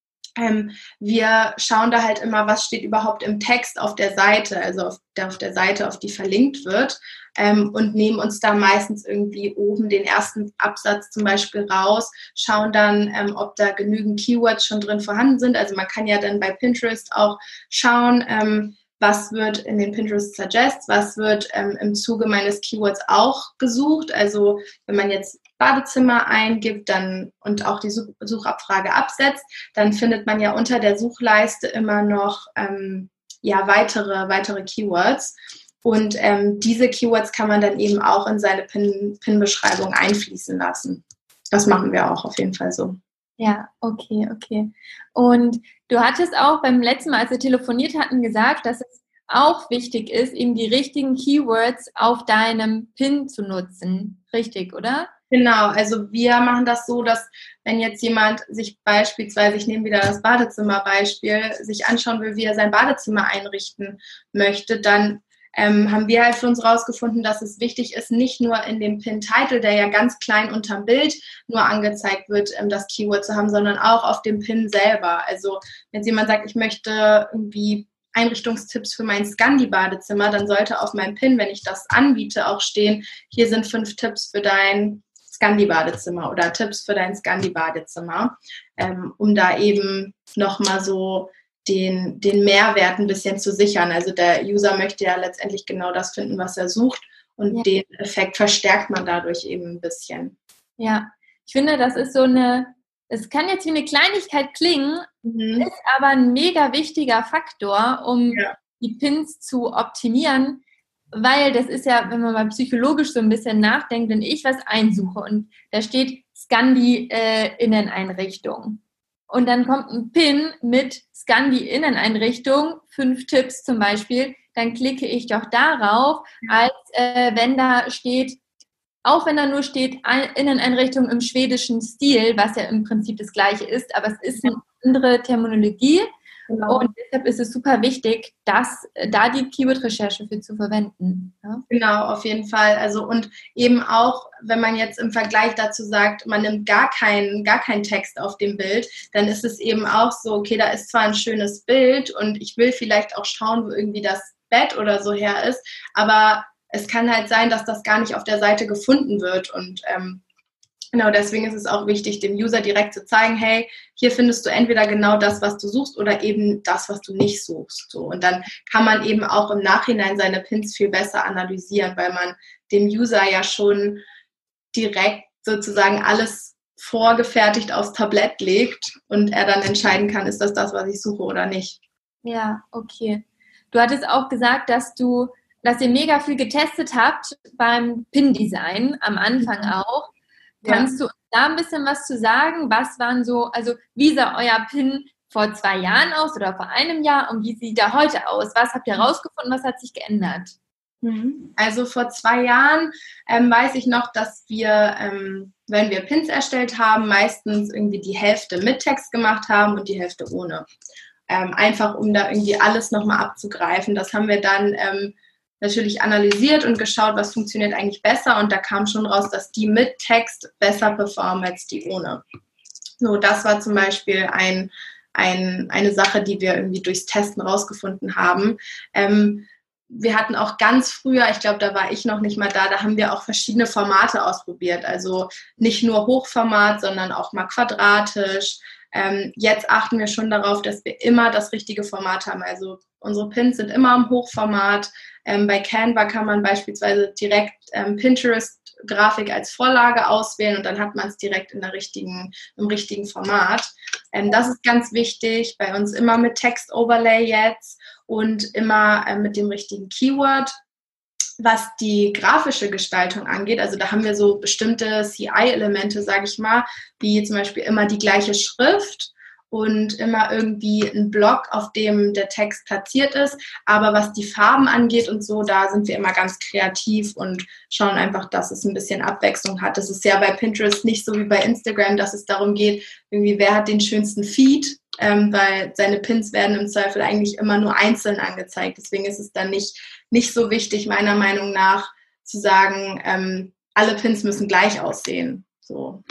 Wir schauen da halt immer, was steht überhaupt im Text auf der Seite, also auf der Seite, auf die verlinkt wird, und nehmen uns da meistens irgendwie oben den ersten Absatz zum Beispiel raus, schauen dann, ob da genügend Keywords schon drin vorhanden sind. Also man kann ja dann bei Pinterest auch schauen, was wird in den Pinterest Suggests, was wird im Zuge meines Keywords auch gesucht. Also wenn man jetzt Badezimmer eingibt und auch die Suchabfrage absetzt, dann findet man ja unter der Suchleiste immer noch weitere Keywords. Und diese Keywords kann man dann eben auch in seine Pin-Beschreibung einfließen lassen. Das machen wir auch auf jeden Fall so. Ja, okay. Und du hattest auch beim letzten Mal, als wir telefoniert hatten, gesagt, dass es auch wichtig ist, eben die richtigen Keywords auf deinem Pin zu nutzen. Richtig, oder? Genau, also wir machen das so, dass wenn jetzt jemand sich beispielsweise, ich nehme wieder das Badezimmerbeispiel, sich anschauen will, wie er sein Badezimmer einrichten möchte, dann haben wir halt für uns rausgefunden, dass es wichtig ist, nicht nur in dem Pin-Title, der ja ganz klein unterm Bild nur angezeigt wird, das Keyword zu haben, sondern auch auf dem Pin selber. Also wenn jetzt jemand sagt, ich möchte irgendwie Einrichtungstipps für mein Scandi-Badezimmer, dann sollte auf meinem Pin, wenn ich das anbiete, auch stehen, hier sind 5 Tipps für dein Scandi-Badezimmer oder Tipps für dein Scandi-Badezimmer, um da eben nochmal so den Mehrwert ein bisschen zu sichern. Also der User möchte ja letztendlich genau das finden, was er sucht, und den Effekt verstärkt man dadurch eben ein bisschen. Ja, ich finde, das ist es kann jetzt wie eine Kleinigkeit klingen, ist aber ein mega wichtiger Faktor, um die Pins zu optimieren, weil das ist ja, wenn man mal psychologisch so ein bisschen nachdenkt, wenn ich was einsuche und da steht Scandi-Inneneinrichtung und dann kommt ein Pin mit Scandi-Inneneinrichtung, 5 Tipps zum Beispiel, dann klicke ich doch darauf, als wenn da steht, auch wenn da nur steht Inneneinrichtung im schwedischen Stil, was ja im Prinzip das Gleiche ist, aber es ist eine andere Terminologie. Genau. Und deshalb ist es super wichtig, da die Keyword-Recherche für zu verwenden. Ja? Genau, auf jeden Fall. Also und eben auch, wenn man jetzt im Vergleich dazu sagt, man nimmt gar keinen Text auf dem Bild, dann ist es eben auch so, okay, da ist zwar ein schönes Bild und ich will vielleicht auch schauen, wo irgendwie das Bett oder so her ist, aber es kann halt sein, dass das gar nicht auf der Seite gefunden wird, und genau deswegen ist es auch wichtig, dem User direkt zu zeigen, hey, hier findest du entweder genau das, was du suchst, oder eben das, was du nicht suchst. So. Und dann kann man eben auch im Nachhinein seine Pins viel besser analysieren, weil man dem User ja schon direkt sozusagen alles vorgefertigt aufs Tablett legt und er dann entscheiden kann, ist das, was ich suche oder nicht. Ja, okay. Du hattest auch gesagt, dass ihr mega viel getestet habt beim Pin-Design, am Anfang auch. Kannst du da ein bisschen was zu sagen? Was waren so, also wie sah euer Pin vor 2 Jahren aus oder vor einem Jahr und wie sieht er heute aus? Was habt ihr rausgefunden? Was hat sich geändert? Also vor 2 Jahren weiß ich noch, dass wir, wenn wir Pins erstellt haben, meistens irgendwie die Hälfte mit Text gemacht haben und die Hälfte ohne. Einfach um da irgendwie alles nochmal abzugreifen. Das haben wir dann natürlich analysiert und geschaut, was funktioniert eigentlich besser, und da kam schon raus, dass die mit Text besser performen als die ohne. So, das war zum Beispiel eine Sache, die wir irgendwie durchs Testen rausgefunden haben. wir hatten auch ganz früher, ich glaube, da war ich noch nicht mal da haben wir auch verschiedene Formate ausprobiert. Also nicht nur Hochformat, sondern auch mal quadratisch. Jetzt achten wir schon darauf, dass wir immer das richtige Format haben. Also unsere Pins sind immer im Hochformat. Bei Canva kann man beispielsweise direkt Pinterest-Grafik als Vorlage auswählen und dann hat man es direkt im richtigen Format. Das ist ganz wichtig. Bei uns immer mit Text-Overlay jetzt und immer mit dem richtigen Keyword. Was die grafische Gestaltung angeht, also da haben wir so bestimmte CI-Elemente, sage ich mal, wie zum Beispiel immer die gleiche Schrift und immer irgendwie ein Block, auf dem der Text platziert ist. Aber was die Farben angeht und so, da sind wir immer ganz kreativ und schauen einfach, dass es ein bisschen Abwechslung hat. Das ist ja bei Pinterest nicht so wie bei Instagram, dass es darum geht, irgendwie wer hat den schönsten Feed, weil seine Pins werden im Zweifel eigentlich immer nur einzeln angezeigt. Deswegen ist es dann nicht so wichtig, meiner Meinung nach, zu sagen, alle Pins müssen gleich aussehen. So.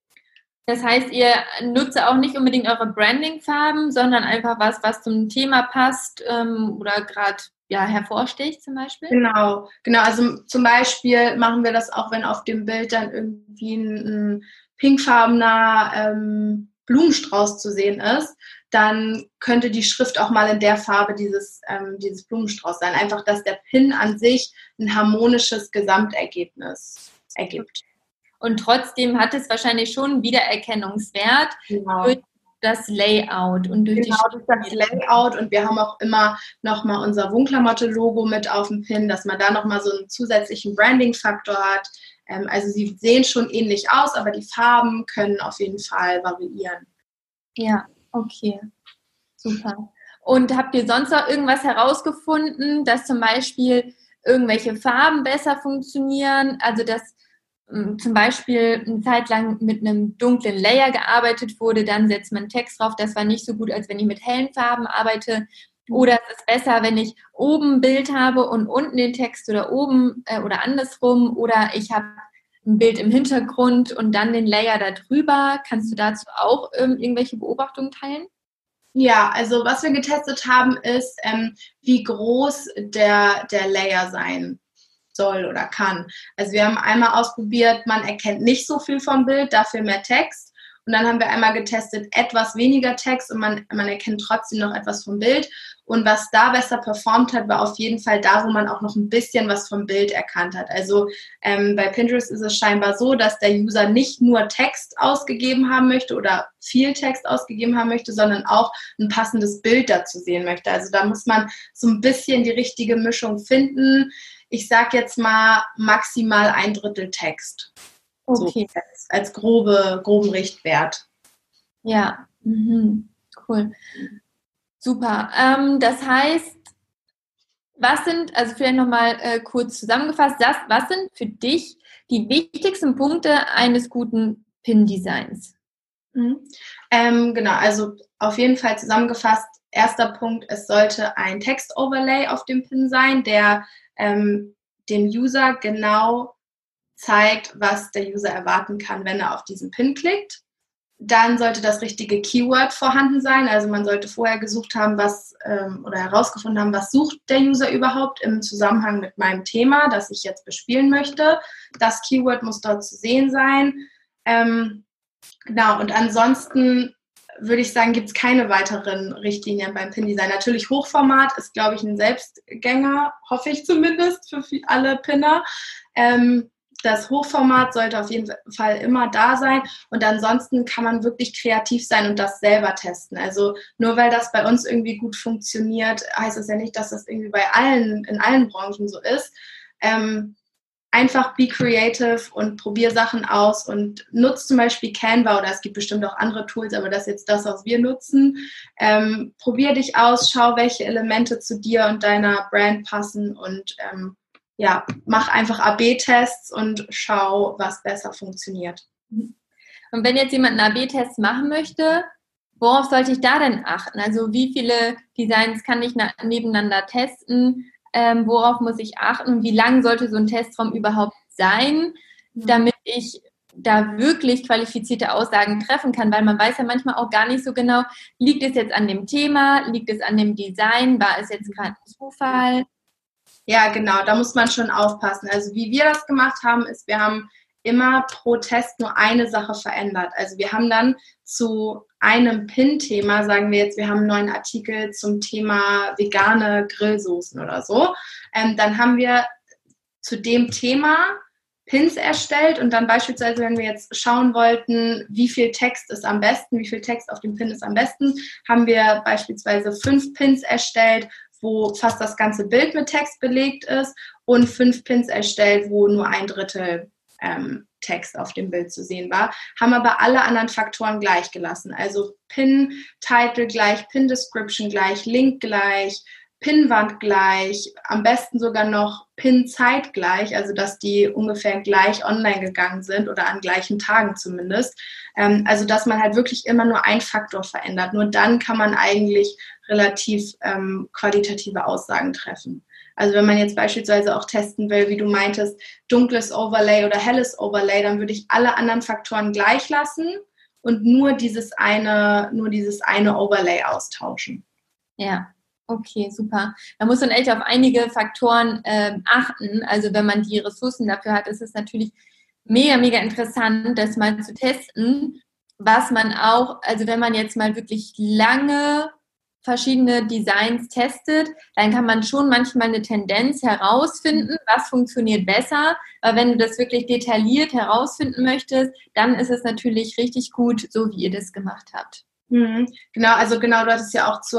Das heißt, ihr nutzt auch nicht unbedingt eure Branding-Farben, sondern einfach was zum Thema passt oder gerade hervorsticht zum Beispiel? Genau. Also zum Beispiel machen wir das auch, wenn auf dem Bild dann irgendwie ein pinkfarbener Blumenstrauß zu sehen ist, dann könnte die Schrift auch mal in der Farbe dieses Blumenstrauß sein. Einfach, dass der Pin an sich ein harmonisches Gesamtergebnis ergibt. Und trotzdem hat es wahrscheinlich schon einen Wiedererkennungswert durch das Layout. Und durch das Layout. Und wir haben auch immer nochmal unser Wohnklamotte-Logo mit auf dem Pin, dass man da nochmal so einen zusätzlichen Branding-Faktor hat. Also sie sehen schon ähnlich aus, aber die Farben können auf jeden Fall variieren. Ja, okay. Super. Und habt ihr sonst noch irgendwas herausgefunden, dass zum Beispiel irgendwelche Farben besser funktionieren? Also dass zum Beispiel eine Zeit lang mit einem dunklen Layer gearbeitet wurde, dann setzt man Text drauf. Das war nicht so gut, als wenn ich mit hellen Farben arbeite. Oder es ist besser, wenn ich oben ein Bild habe und unten den Text oder oben oder andersrum. Oder ich habe ein Bild im Hintergrund und dann den Layer da drüber. Kannst du dazu auch irgendwelche Beobachtungen teilen? Ja, also was wir getestet haben, ist, wie groß der Layer sein soll oder kann. Also wir haben einmal ausprobiert, man erkennt nicht so viel vom Bild, dafür mehr Text. Und dann haben wir einmal getestet, etwas weniger Text und man erkennt trotzdem noch etwas vom Bild. Und was da besser performt hat, war auf jeden Fall da, wo man auch noch ein bisschen was vom Bild erkannt hat. Also bei Pinterest ist es scheinbar so, dass der User nicht nur Text ausgegeben haben möchte oder viel Text ausgegeben haben möchte, sondern auch ein passendes Bild dazu sehen möchte. Also da muss man so ein bisschen die richtige Mischung finden. Ich sage jetzt mal maximal 1/3 Text. Okay. So, als groben Richtwert. Ja, cool. Super. Das heißt, was sind, also vielleicht nochmal kurz zusammengefasst, was sind für dich die wichtigsten Punkte eines guten Pin-Designs? Genau, also auf jeden Fall zusammengefasst, erster Punkt, es sollte ein Text-Overlay auf dem Pin sein, der dem User genau zeigt, was der User erwarten kann, wenn er auf diesen Pin klickt. Dann sollte das richtige Keyword vorhanden sein. Also man sollte vorher gesucht haben, oder herausgefunden haben, was sucht der User überhaupt im Zusammenhang mit meinem Thema, das ich jetzt bespielen möchte. Das Keyword muss dort zu sehen sein. Genau, und ansonsten würde ich sagen, gibt es keine weiteren Richtlinien beim Pin-Design. Natürlich Hochformat ist, glaube ich, ein Selbstgänger, hoffe ich zumindest, für alle Pinner. Das Hochformat sollte auf jeden Fall immer da sein und ansonsten kann man wirklich kreativ sein und das selber testen. Also nur weil das bei uns irgendwie gut funktioniert, heißt das ja nicht, dass das irgendwie in allen Branchen so ist. Einfach be creative und probier Sachen aus und nutz zum Beispiel Canva oder es gibt bestimmt auch andere Tools, aber das ist jetzt das, was wir nutzen. Probier dich aus, schau, welche Elemente zu dir und deiner Brand passen und mach einfach AB-Tests und schau, was besser funktioniert. Und wenn jetzt jemand einen AB-Test machen möchte, worauf sollte ich da denn achten? Also wie viele Designs kann ich nebeneinander testen? Worauf muss ich achten? Und wie lang sollte so ein Testraum überhaupt sein, damit ich da wirklich qualifizierte Aussagen treffen kann? Weil man weiß ja manchmal auch gar nicht so genau, liegt es jetzt an dem Thema, liegt es an dem Design, war es jetzt gerade ein Zufall? Ja, genau, da muss man schon aufpassen. Also wie wir das gemacht haben, ist, wir haben immer pro Test nur eine Sache verändert. Also wir haben dann zu einem Pin-Thema, sagen wir jetzt, wir haben einen neuen Artikel zum Thema vegane Grillsoßen oder so, dann haben wir zu dem Thema Pins erstellt und dann beispielsweise, wenn wir jetzt schauen wollten, wie viel Text ist am besten, wie viel Text auf dem Pin ist am besten, haben wir beispielsweise 5 Pins erstellt, wo fast das ganze Bild mit Text belegt ist und 5 Pins erstellt, wo nur 1/3 Text auf dem Bild zu sehen war, haben aber alle anderen Faktoren gleich gelassen. Also Pin-Title gleich, Pin-Description gleich, Link gleich, Pinwand gleich, am besten sogar noch Pin-Zeit gleich, also dass die ungefähr gleich online gegangen sind oder an gleichen Tagen zumindest. Also dass man halt wirklich immer nur einen Faktor verändert. Nur dann kann man eigentlich relativ qualitative Aussagen treffen. Also wenn man jetzt beispielsweise auch testen will, wie du meintest, dunkles Overlay oder helles Overlay, dann würde ich alle anderen Faktoren gleich lassen und nur dieses eine Overlay austauschen. Ja, okay, super. Da muss man echt auf einige Faktoren achten. Also wenn man die Ressourcen dafür hat, ist es natürlich mega, mega interessant, das mal zu testen, was man auch, also wenn man jetzt mal wirklich lange verschiedene Designs testet, dann kann man schon manchmal eine Tendenz herausfinden, was funktioniert besser. Aber wenn du das wirklich detailliert herausfinden möchtest, dann ist es natürlich richtig gut, so wie ihr das gemacht habt. Mhm. Genau, du hattest ja auch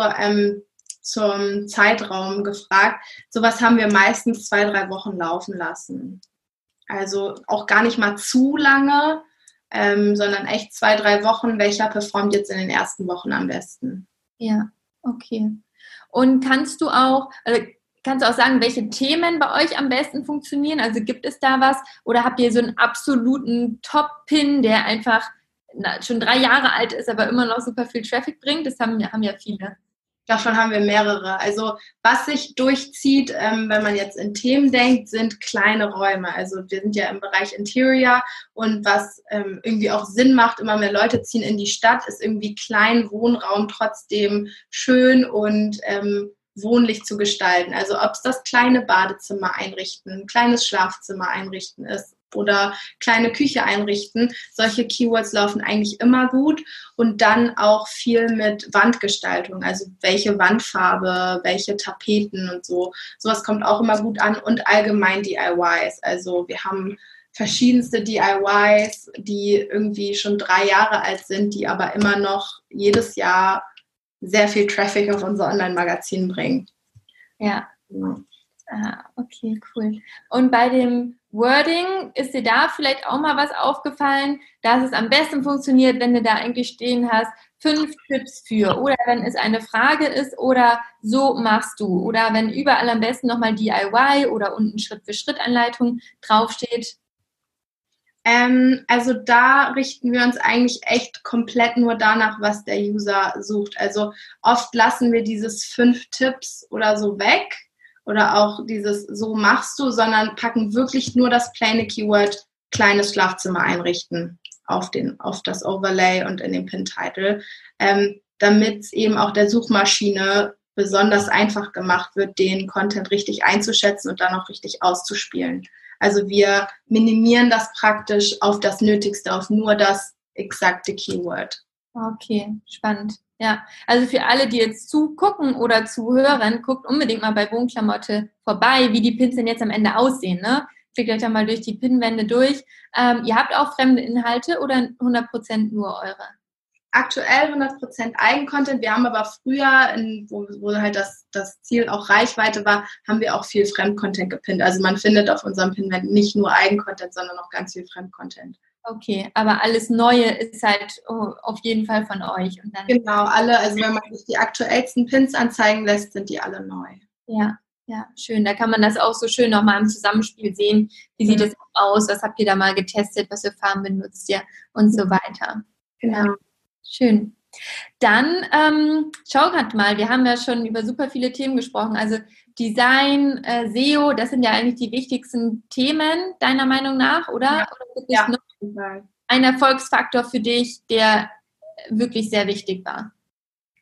zum Zeitraum gefragt. Sowas haben wir meistens 2-3 Wochen laufen lassen. Also auch gar nicht mal zu lange, sondern echt 2-3 Wochen. Welcher performt jetzt in den ersten Wochen am besten? Ja. Okay. Und kannst du auch sagen, welche Themen bei euch am besten funktionieren? Also gibt es da was? Oder habt ihr so einen absoluten Top-Pin, der einfach schon 3 Jahre alt ist, aber immer noch super viel Traffic bringt? Das haben ja viele. Davon haben wir mehrere. Also was sich durchzieht, wenn man jetzt in Themen denkt, sind kleine Räume. Also wir sind ja im Bereich Interior und was irgendwie auch Sinn macht, immer mehr Leute ziehen in die Stadt, ist irgendwie kleinen Wohnraum trotzdem schön und wohnlich zu gestalten. Also ob es das kleine Badezimmer einrichten, kleines Schlafzimmer einrichten ist oder kleine Küche einrichten. Solche Keywords laufen eigentlich immer gut und dann auch viel mit Wandgestaltung, also welche Wandfarbe, welche Tapeten und so. Sowas kommt auch immer gut an und allgemein DIYs. Also wir haben verschiedenste DIYs, die irgendwie schon 3 Jahre alt sind, die aber immer noch jedes Jahr sehr viel Traffic auf unser Online-Magazin bringen. Ja. Okay, cool. Und bei dem Wording, ist dir da vielleicht auch mal was aufgefallen, dass es am besten funktioniert, wenn du da eigentlich stehen hast, 5 Tipps für, oder wenn es eine Frage ist oder so machst du, oder wenn überall am besten nochmal DIY oder unten Schritt-für-Schritt-Anleitung draufsteht? Also da richten wir uns eigentlich echt komplett nur danach, was der User sucht. Also oft lassen wir dieses 5 Tipps oder so weg oder auch dieses so machst du, sondern packen wirklich nur das plaine Keyword kleines Schlafzimmer einrichten auf das Overlay und in den Pin-Title, damit eben auch der Suchmaschine besonders einfach gemacht wird, den Content richtig einzuschätzen und dann auch richtig auszuspielen. Also wir minimieren das praktisch auf das Nötigste, auf nur das exakte Keyword. Okay, spannend. Ja, also für alle, die jetzt zugucken oder zuhören, guckt unbedingt mal bei Wohnklamotte vorbei, wie die Pins denn jetzt am Ende aussehen. Ne? Klickt euch da mal durch die Pinwände durch. Ihr habt auch fremde Inhalte oder 100% nur eure? Aktuell 100% Eigencontent. Wir haben aber früher, wo halt das Ziel auch Reichweite war, haben wir auch viel Fremdcontent gepinnt. Also man findet auf unserem Pinwand nicht nur Eigencontent, sondern auch ganz viel Fremdcontent. Okay, aber alles Neue ist halt auf jeden Fall von euch. Und dann genau, alle, also wenn man sich die aktuellsten Pins anzeigen lässt, sind die alle neu. Ja, schön. Da kann man das auch so schön nochmal im Zusammenspiel sehen. Wie sieht es aus? Was habt ihr da mal getestet? Was für Farben benutzt ihr? Und so weiter. Genau. Ja, schön. Dann schau gerade mal, wir haben ja schon über super viele Themen gesprochen. Also Design, SEO, das sind ja eigentlich die wichtigsten Themen, deiner Meinung nach, oder? Ja. Oder gibt es noch ein Erfolgsfaktor für dich, der wirklich sehr wichtig war?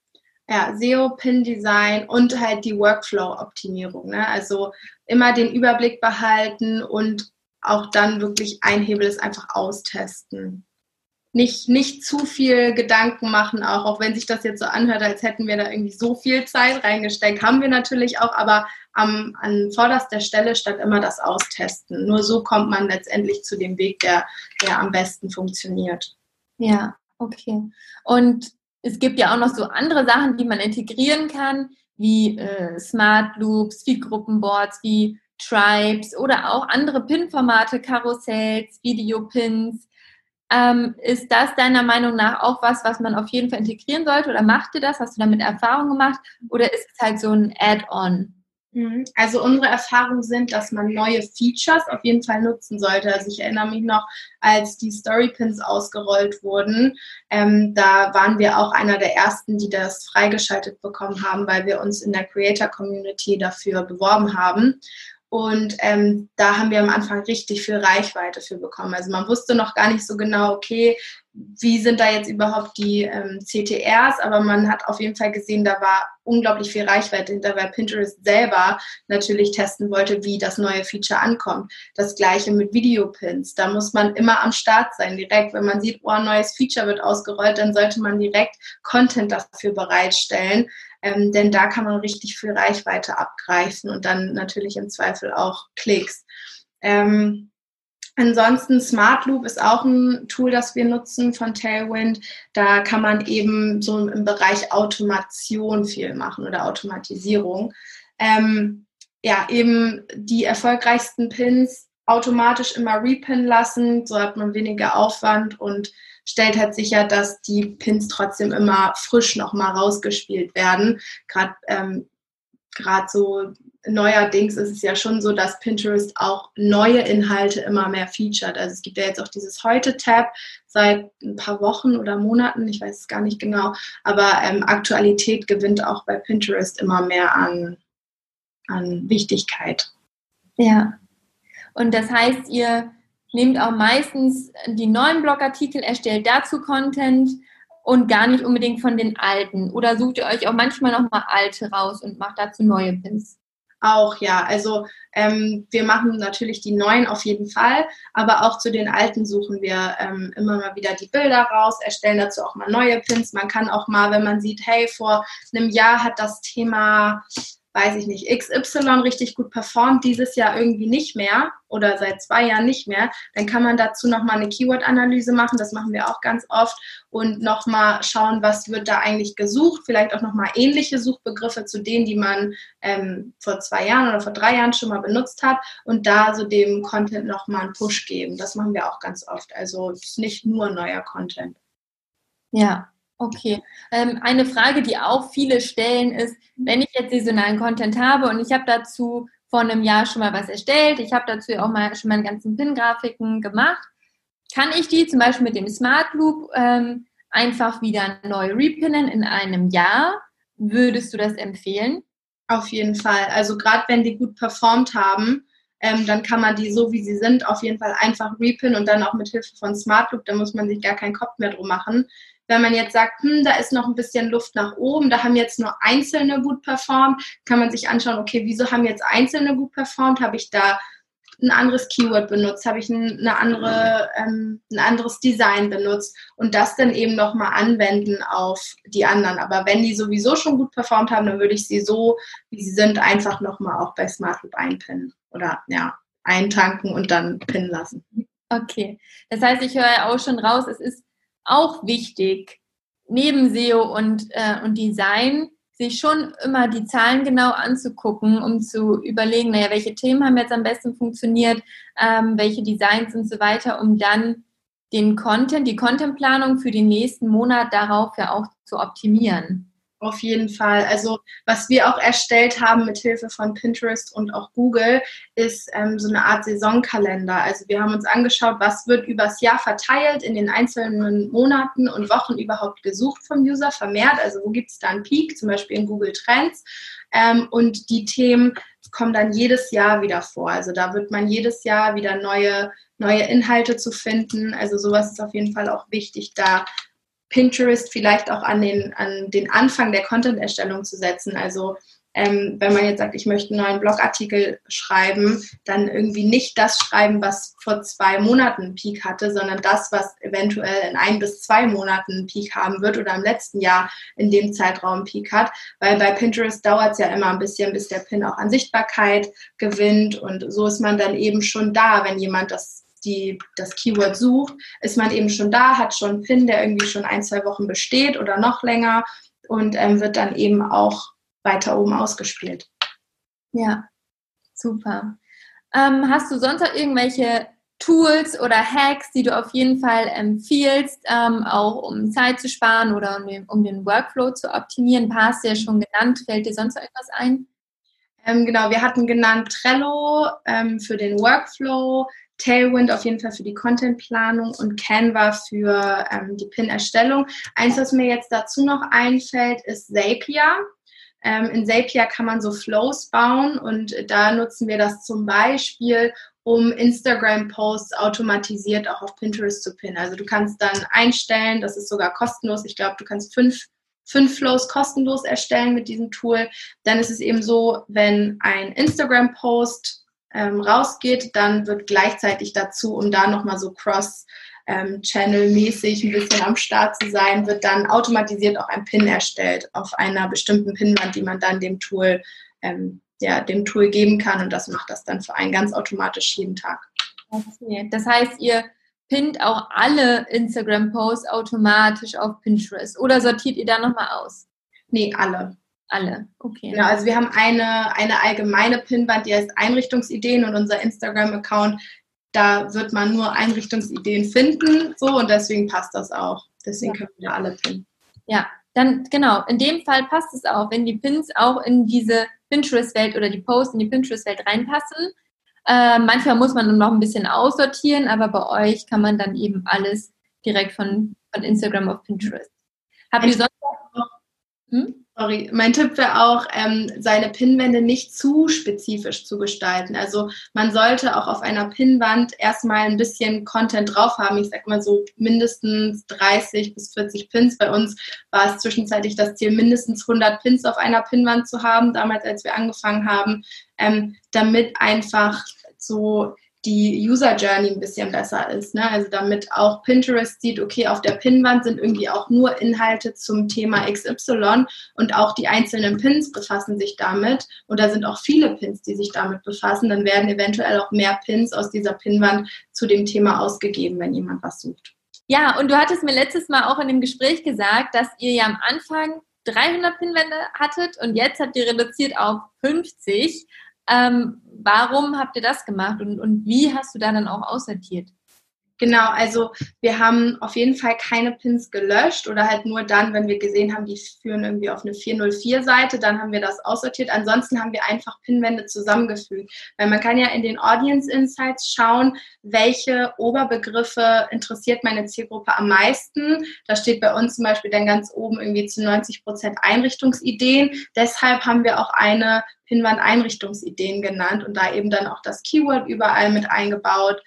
Ja, SEO, Pin-Design und halt die Workflow-Optimierung. Ne? Also immer den Überblick behalten und auch dann wirklich ein Hebel ist einfach austesten. Nicht zu viel Gedanken machen, auch wenn sich das jetzt so anhört, als hätten wir da irgendwie so viel Zeit reingesteckt. Haben wir natürlich auch, aber an vorderster Stelle stand immer das Austesten. Nur so kommt man letztendlich zu dem Weg, der am besten funktioniert. Ja, okay. Und es gibt ja auch noch so andere Sachen, die man integrieren kann, wie Smart Loops, wie Gruppenboards, wie Tribes oder auch andere Pin-Formate, Karussells, Videopins. Ist das deiner Meinung nach auch was man auf jeden Fall integrieren sollte? Oder macht ihr das? Hast du damit Erfahrung gemacht? Oder ist es halt so ein Add-on? Also unsere Erfahrungen sind, dass man neue Features auf jeden Fall nutzen sollte. Also ich erinnere mich noch, als die Storypins ausgerollt wurden, da waren wir auch einer der ersten, die das freigeschaltet bekommen haben, weil wir uns in der Creator-Community dafür beworben haben. Und da haben wir am Anfang richtig viel Reichweite für bekommen. Also man wusste noch gar nicht so genau, okay, wie sind da jetzt überhaupt die CTRs, aber man hat auf jeden Fall gesehen, da war unglaublich viel Reichweite hinter, weil Pinterest selber natürlich testen wollte, wie das neue Feature ankommt. Das gleiche mit Videopins, da muss man immer am Start sein, direkt. Wenn man sieht, ein neues Feature wird ausgerollt, dann sollte man direkt Content dafür bereitstellen, denn da kann man richtig viel Reichweite abgreifen und dann natürlich im Zweifel auch Klicks. Ansonsten Smart Loop ist auch ein Tool, das wir nutzen von Tailwind. Da kann man eben so im Bereich Automation viel machen oder Automatisierung. Eben die erfolgreichsten Pins automatisch immer repinnen lassen. So hat man weniger Aufwand und stellt halt sicher, dass die Pins trotzdem immer frisch nochmal rausgespielt werden. Gerade so neuerdings ist es ja schon so, dass Pinterest auch neue Inhalte immer mehr featured. Also es gibt ja jetzt auch dieses Heute-Tab seit ein paar Wochen oder Monaten, ich weiß es gar nicht genau, aber Aktualität gewinnt auch bei Pinterest immer mehr an Wichtigkeit. Ja, und das heißt, ihr nehmt auch meistens die neuen Blogartikel, erstellt dazu Content und gar nicht unbedingt von den alten. Oder sucht ihr euch auch manchmal nochmal alte raus und macht dazu neue Pins? Auch, ja. Also wir machen natürlich die neuen auf jeden Fall, aber auch zu den alten suchen wir immer mal wieder die Bilder raus, erstellen dazu auch mal neue Pins. Man kann auch mal, wenn man sieht, hey, vor einem Jahr hat das Thema, weiß ich nicht, XY richtig gut performt, dieses Jahr irgendwie nicht mehr oder seit 2 Jahren nicht mehr, dann kann man dazu nochmal eine Keyword-Analyse machen, das machen wir auch ganz oft und nochmal schauen, was wird da eigentlich gesucht, vielleicht auch nochmal ähnliche Suchbegriffe zu denen, die man vor 2 Jahren oder vor 3 Jahren schon mal benutzt hat und da so dem Content nochmal einen Push geben. Das machen wir auch ganz oft, also es ist nicht nur neuer Content. Ja. Okay. Eine Frage, die auch viele stellen, ist, wenn ich jetzt saisonalen Content habe und ich habe dazu vor einem Jahr schon mal was erstellt, ich habe dazu auch mal schon meine ganzen Pin-Grafiken gemacht, kann ich die zum Beispiel mit dem Smart Loop einfach wieder neu repinnen in einem Jahr? Würdest du das empfehlen? Auf jeden Fall. Also gerade wenn die gut performt haben, dann kann man die so, wie sie sind, auf jeden Fall einfach repinnen und dann auch mit Hilfe von Smart Loop, da muss man sich gar keinen Kopf mehr drum machen. Wenn man jetzt sagt, da ist noch ein bisschen Luft nach oben, da haben jetzt nur Einzelne gut performt, kann man sich anschauen, okay, wieso haben jetzt Einzelne gut performt? Habe ich da ein anderes Keyword benutzt? Habe ich ein anderes Design benutzt? Und das dann eben nochmal anwenden auf die anderen. Aber wenn die sowieso schon gut performt haben, dann würde ich sie so, wie sie sind, einfach nochmal auch bei Smart Loop einpinnen oder eintanken und dann pinnen lassen. Okay, das heißt, ich höre ja auch schon raus, es ist auch wichtig, neben SEO und Design, sich schon immer die Zahlen genau anzugucken, um zu überlegen, welche Themen haben jetzt am besten funktioniert, welche Designs und so weiter, um dann die Contentplanung für den nächsten Monat darauf ja auch zu optimieren. Auf jeden Fall. Also was wir auch erstellt haben mit Hilfe von Pinterest und auch Google, ist so eine Art Saisonkalender. Also wir haben uns angeschaut, was wird übers Jahr verteilt in den einzelnen Monaten und Wochen überhaupt gesucht vom User, vermehrt. Also wo gibt es da einen Peak, zum Beispiel in Google Trends. Und die Themen kommen dann jedes Jahr wieder vor. Also da wird man jedes Jahr wieder neue Inhalte zu finden. Also sowas ist auf jeden Fall auch wichtig, da Pinterest vielleicht auch an den Anfang der Content-Erstellung zu setzen. Also wenn man jetzt sagt, ich möchte einen neuen Blogartikel schreiben, dann irgendwie nicht das schreiben, was vor 2 Monaten einen Peak hatte, sondern das, was eventuell in 1 bis 2 Monaten einen Peak haben wird oder im letzten Jahr in dem Zeitraum einen Peak hat. Weil bei Pinterest dauert es ja immer ein bisschen, bis der Pin auch an Sichtbarkeit gewinnt. Und so ist man dann eben schon da, wenn jemand das Keyword sucht, ist man eben schon da, hat schon einen Pin, der irgendwie schon 1, 2 Wochen besteht oder noch länger und wird dann eben auch weiter oben ausgespielt. Ja, super. Hast du sonst noch irgendwelche Tools oder Hacks, die du auf jeden Fall empfiehlst, auch um Zeit zu sparen oder um den Workflow zu optimieren? Ein paar hast du ja schon genannt. Fällt dir sonst noch etwas ein? Genau, wir hatten genannt Trello für den Workflow, Tailwind auf jeden Fall für die Contentplanung und Canva für die Pin-Erstellung. Eins, was mir jetzt dazu noch einfällt, ist Zapier. In Zapier kann man so Flows bauen und da nutzen wir das zum Beispiel, um Instagram-Posts automatisiert auch auf Pinterest zu pinnen. Also du kannst dann einstellen, das ist sogar kostenlos, ich glaube, du kannst 5 Flows kostenlos erstellen mit diesem Tool. Dann ist es eben so, wenn ein Instagram-Post rausgeht, dann wird gleichzeitig dazu, um da nochmal so Channel-mäßig ein bisschen am Start zu sein, wird dann automatisiert auch ein Pin erstellt auf einer bestimmten Pinwand, die man dann dem Tool geben kann und das macht das dann für einen ganz automatisch jeden Tag. Okay. Das heißt, ihr pinnt auch alle Instagram-Posts automatisch auf Pinterest oder sortiert ihr da nochmal aus? Nee, alle. Alle, okay. Genau, also wir haben eine allgemeine Pinwand, die heißt Einrichtungsideen und unser Instagram-Account, da wird man nur Einrichtungsideen finden, so und deswegen passt das auch. Deswegen können wir alle pinnen. Ja, dann genau, in dem Fall passt es auch, wenn die Pins auch in diese Pinterest-Welt oder die Posts in die Pinterest-Welt reinpassen. Manchmal muss man noch ein bisschen aussortieren, aber bei euch kann man dann eben alles direkt von Instagram auf Pinterest. Habt ihr sonst noch? Mein Tipp wäre auch, seine Pinwände nicht zu spezifisch zu gestalten. Also man sollte auch auf einer Pinwand erstmal ein bisschen Content drauf haben. Ich sag mal so mindestens 30 bis 40 Pins. Bei uns war es zwischenzeitlich das Ziel, mindestens 100 Pins auf einer Pinwand zu haben, damals als wir angefangen haben, damit einfach so die User Journey ein bisschen besser ist, ne? Also damit auch Pinterest sieht, okay, auf der Pinwand sind irgendwie auch nur Inhalte zum Thema XY und auch die einzelnen Pins befassen sich damit und da sind auch viele Pins, die sich damit befassen, dann werden eventuell auch mehr Pins aus dieser Pinwand zu dem Thema ausgegeben, wenn jemand was sucht. Ja, und du hattest mir letztes Mal auch in dem Gespräch gesagt, dass ihr ja am Anfang 300 Pinwände hattet und jetzt habt ihr reduziert auf 50. Warum habt ihr das gemacht und wie hast du da dann auch aussortiert? Genau, also wir haben auf jeden Fall keine Pins gelöscht oder halt nur dann, wenn wir gesehen haben, die führen irgendwie auf eine 404-Seite, dann haben wir das aussortiert. Ansonsten haben wir einfach Pinwände zusammengefügt. Weil man kann ja in den Audience Insights schauen, welche Oberbegriffe interessiert meine Zielgruppe am meisten. Da steht bei uns zum Beispiel dann ganz oben irgendwie zu 90% Einrichtungsideen. Deshalb haben wir auch eine Pinwand Einrichtungsideen genannt und da eben dann auch das Keyword überall mit eingebaut.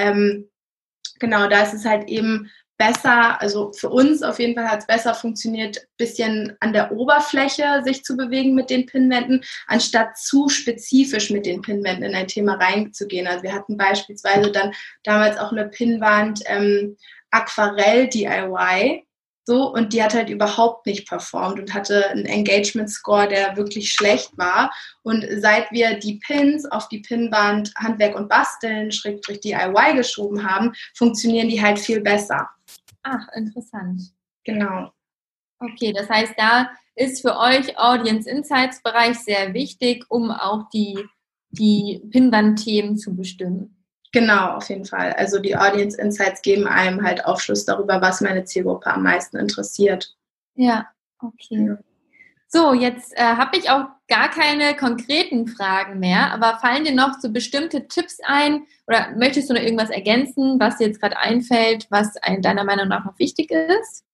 Genau, da ist es halt eben besser, also für uns auf jeden Fall hat es besser funktioniert, ein bisschen an der Oberfläche sich zu bewegen mit den Pinwänden, anstatt zu spezifisch mit den Pinwänden in ein Thema reinzugehen. Also wir hatten beispielsweise dann damals auch eine Pinwand Aquarell DIY, so, und die hat halt überhaupt nicht performt und hatte einen Engagement-Score, der wirklich schlecht war. Und seit wir die Pins auf die Pinwand Handwerk und Basteln /DIY geschoben haben, funktionieren die halt viel besser. Ach, interessant. Genau. Okay, das heißt, da ist für euch Audience Insights Bereich sehr wichtig, um auch die Pinwand-Themen zu bestimmen. Genau, auf jeden Fall. Also die Audience Insights geben einem halt Aufschluss darüber, was meine Zielgruppe am meisten interessiert. Ja, okay. Ja. So, jetzt habe ich auch gar keine konkreten Fragen mehr, aber fallen dir noch so bestimmte Tipps ein oder möchtest du noch irgendwas ergänzen, was dir jetzt gerade einfällt, was deiner Meinung nach noch wichtig ist?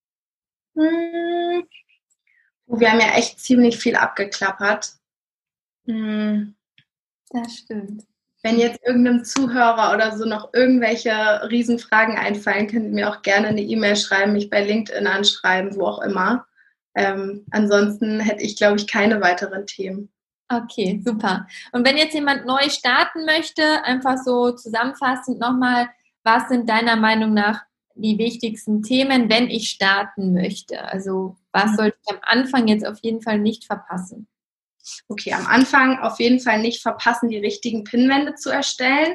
Wir haben ja echt ziemlich viel abgeklappert. Das stimmt. Wenn jetzt irgendeinem Zuhörer oder so noch irgendwelche Riesenfragen einfallen, könnt ihr mir auch gerne eine E-Mail schreiben, mich bei LinkedIn anschreiben, wo auch immer. Ansonsten hätte ich, glaube ich, keine weiteren Themen. Okay, super. Und wenn jetzt jemand neu starten möchte, einfach so zusammenfassend nochmal, was sind deiner Meinung nach die wichtigsten Themen, wenn ich starten möchte? Also was sollte ich am Anfang jetzt auf jeden Fall nicht verpassen? Okay, am Anfang auf jeden Fall nicht verpassen, die richtigen Pinwände zu erstellen.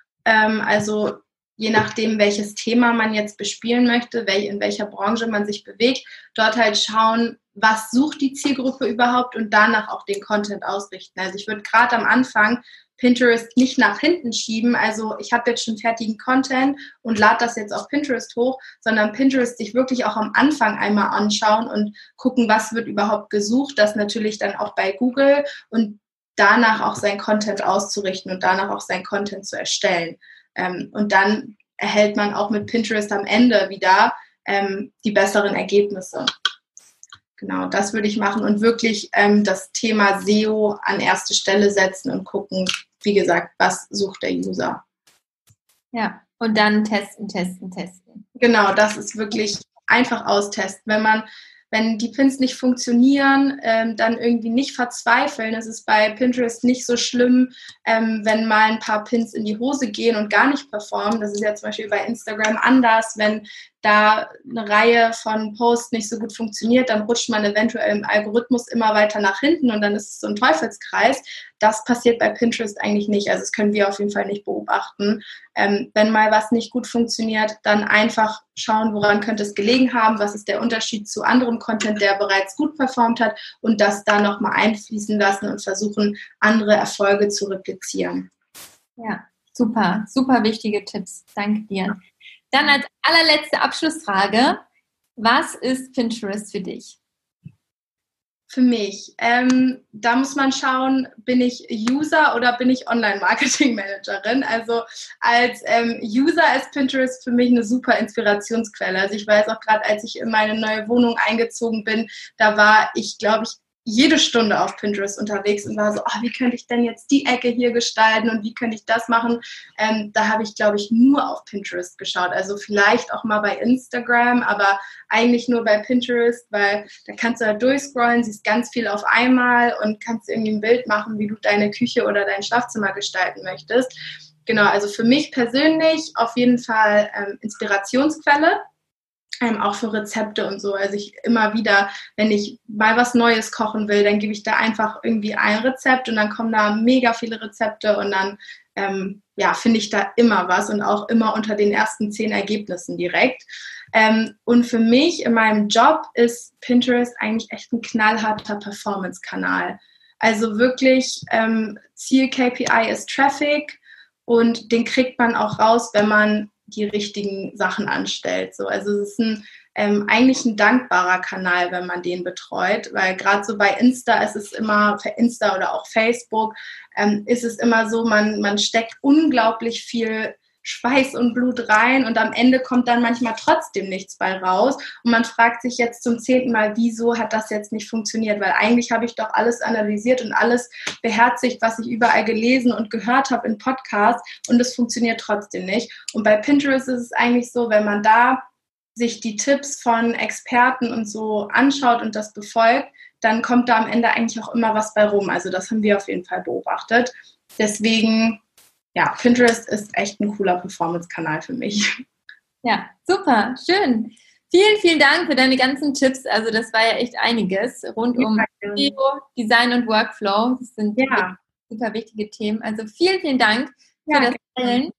Also je nachdem, welches Thema man jetzt bespielen möchte, in welcher Branche man sich bewegt, dort halt schauen, was sucht die Zielgruppe überhaupt und danach auch den Content ausrichten. Also ich würde gerade am Anfang Pinterest nicht nach hinten schieben, also ich habe jetzt schon fertigen Content und lade das jetzt auf Pinterest hoch, sondern Pinterest sich wirklich auch am Anfang einmal anschauen und gucken, was wird überhaupt gesucht, das natürlich dann auch bei Google und danach auch sein Content auszurichten und danach auch sein Content zu erstellen. Und dann erhält man auch mit Pinterest am Ende wieder die besseren Ergebnisse. Genau, das würde ich machen und wirklich das Thema SEO an erste Stelle setzen und gucken, wie gesagt, was sucht der User. Ja, und dann testen. Genau, das ist wirklich einfach austesten. Wenn die Pins nicht funktionieren, dann irgendwie nicht verzweifeln. Es ist bei Pinterest nicht so schlimm, wenn mal ein paar Pins in die Hose gehen und gar nicht performen. Das ist ja zum Beispiel bei Instagram anders. Wenn da eine Reihe von Posts nicht so gut funktioniert, dann rutscht man eventuell im Algorithmus immer weiter nach hinten und dann ist es so ein Teufelskreis. Das passiert bei Pinterest eigentlich nicht. Also das können wir auf jeden Fall nicht beobachten. Wenn mal was nicht gut funktioniert, dann einfach schauen, woran könnte es gelegen haben, was ist der Unterschied zu anderem Content, der bereits gut performt hat und das da nochmal einfließen lassen und versuchen, andere Erfolge zu replizieren. Ja, super, super wichtige Tipps. Danke dir. Dann als allerletzte Abschlussfrage, was ist Pinterest für dich? Für mich, da muss man schauen, bin ich User oder bin ich Online-Marketing-Managerin? Also als User ist Pinterest für mich eine super Inspirationsquelle. Also ich weiß auch gerade, als ich in meine neue Wohnung eingezogen bin, da war ich, glaube ich, jede Stunde auf Pinterest unterwegs und war so, wie könnte ich denn jetzt die Ecke hier gestalten und wie könnte ich das machen? Da habe ich, glaube ich, nur auf Pinterest geschaut. Also vielleicht auch mal bei Instagram, aber eigentlich nur bei Pinterest, weil da kannst du halt durchscrollen, siehst ganz viel auf einmal und kannst irgendwie ein Bild machen, wie du deine Küche oder dein Schlafzimmer gestalten möchtest. Genau, also für mich persönlich auf jeden Fall Inspirationsquelle. Auch für Rezepte und so. Also ich immer wieder, wenn ich mal was Neues kochen will, dann gebe ich da einfach irgendwie ein Rezept und dann kommen da mega viele Rezepte und dann finde ich da immer was und auch immer unter den ersten 10 Ergebnissen direkt. Und für mich in meinem Job ist Pinterest eigentlich echt ein knallharter Performance-Kanal. Also wirklich Ziel-KPI ist Traffic und den kriegt man auch raus, wenn man die richtigen Sachen anstellt. So, also es ist eigentlich ein dankbarer Kanal, wenn man den betreut, weil gerade so bei Insta ist es immer, für Insta oder auch Facebook, ist es immer so, man steckt unglaublich viel Schweiß und Blut rein und am Ende kommt dann manchmal trotzdem nichts bei raus und man fragt sich jetzt zum 10. Mal, wieso hat das jetzt nicht funktioniert, weil eigentlich habe ich doch alles analysiert und alles beherzigt, was ich überall gelesen und gehört habe in Podcasts und es funktioniert trotzdem nicht. Und bei Pinterest ist es eigentlich so, wenn man da sich die Tipps von Experten und so anschaut und das befolgt, dann kommt da am Ende eigentlich auch immer was bei rum. Also das haben wir auf jeden Fall beobachtet. Deswegen ja, Pinterest ist echt ein cooler Performance-Kanal für mich. Ja, super, schön. Vielen, vielen Dank für deine ganzen Tipps. Also das war ja echt einiges rund um SEO, Design und Workflow. Das sind super wichtige Themen. Also vielen, vielen Dank für das Teilen.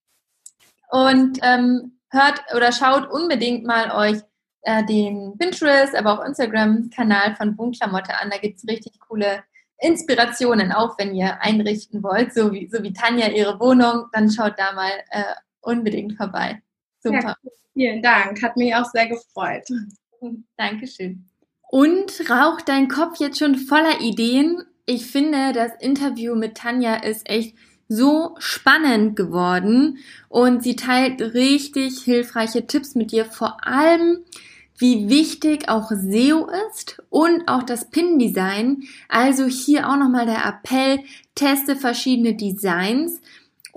Und hört oder schaut unbedingt mal euch den Pinterest, aber auch Instagram-Kanal von Wohnklamotte an. Da gibt es richtig coole Inspirationen, auch wenn ihr einrichten wollt, so wie Tanja ihre Wohnung, dann schaut da mal unbedingt vorbei. Super. Ja, vielen Dank, hat mich auch sehr gefreut. Dankeschön. Und raucht dein Kopf jetzt schon voller Ideen? Ich finde, das Interview mit Tanja ist echt so spannend geworden und sie teilt richtig hilfreiche Tipps mit dir, vor allem wie wichtig auch SEO ist und auch das Pin-Design. Also hier auch nochmal der Appell, teste verschiedene Designs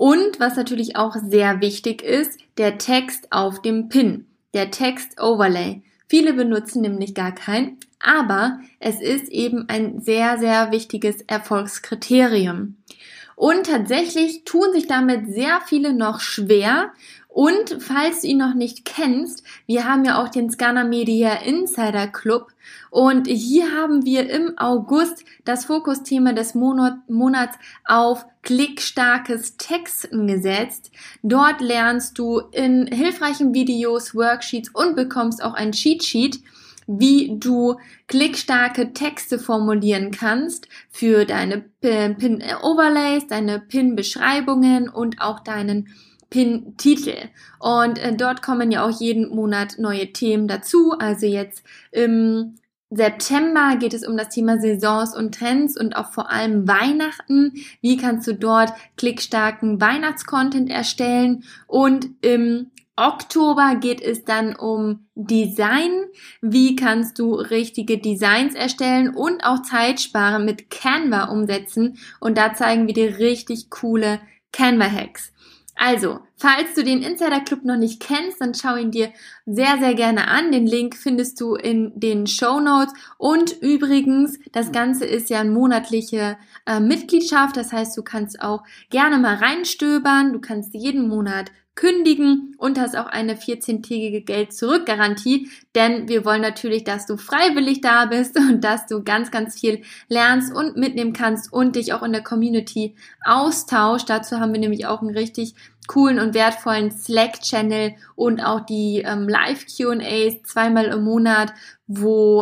Und was natürlich auch sehr wichtig ist, der Text auf dem Pin, der Text-Overlay. Viele benutzen nämlich gar keinen, aber es ist eben ein sehr, sehr wichtiges Erfolgskriterium. Und tatsächlich tun sich damit sehr viele noch schwer. Und falls du ihn noch nicht kennst, wir haben ja auch den Scanner Media Insider Club und hier haben wir im August das Fokusthema des Monats auf klickstarkes Texten gesetzt. Dort lernst du in hilfreichen Videos, Worksheets und bekommst auch ein Cheatsheet, wie du klickstarke Texte formulieren kannst für deine Pin-Overlays, deine Pin-Beschreibungen und auch deinen Pin-Titel. Und dort kommen ja auch jeden Monat neue Themen dazu. Also jetzt im September geht es um das Thema Saisons und Trends und auch vor allem Weihnachten. Wie kannst du dort klickstarken Weihnachtscontent erstellen? Und im Oktober geht es dann um Design. Wie kannst du richtige Designs erstellen und auch Zeit sparen mit Canva umsetzen? Und da zeigen wir dir richtig coole Canva-Hacks. Also, falls du den Insider Club noch nicht kennst, dann schau ihn dir sehr, sehr gerne an. Den Link findest du in den Shownotes. Und übrigens, das Ganze ist ja eine monatliche Mitgliedschaft. Das heißt, du kannst auch gerne mal reinstöbern. Du kannst jeden Monat kündigen und hast auch eine 14-tägige Geld-Zurück-Garantie, denn wir wollen natürlich, dass du freiwillig da bist und dass du ganz, ganz viel lernst und mitnehmen kannst und dich auch in der Community austauschst. Dazu haben wir nämlich auch einen richtig coolen und wertvollen Slack-Channel und auch die Live-Q&As zweimal im Monat, wo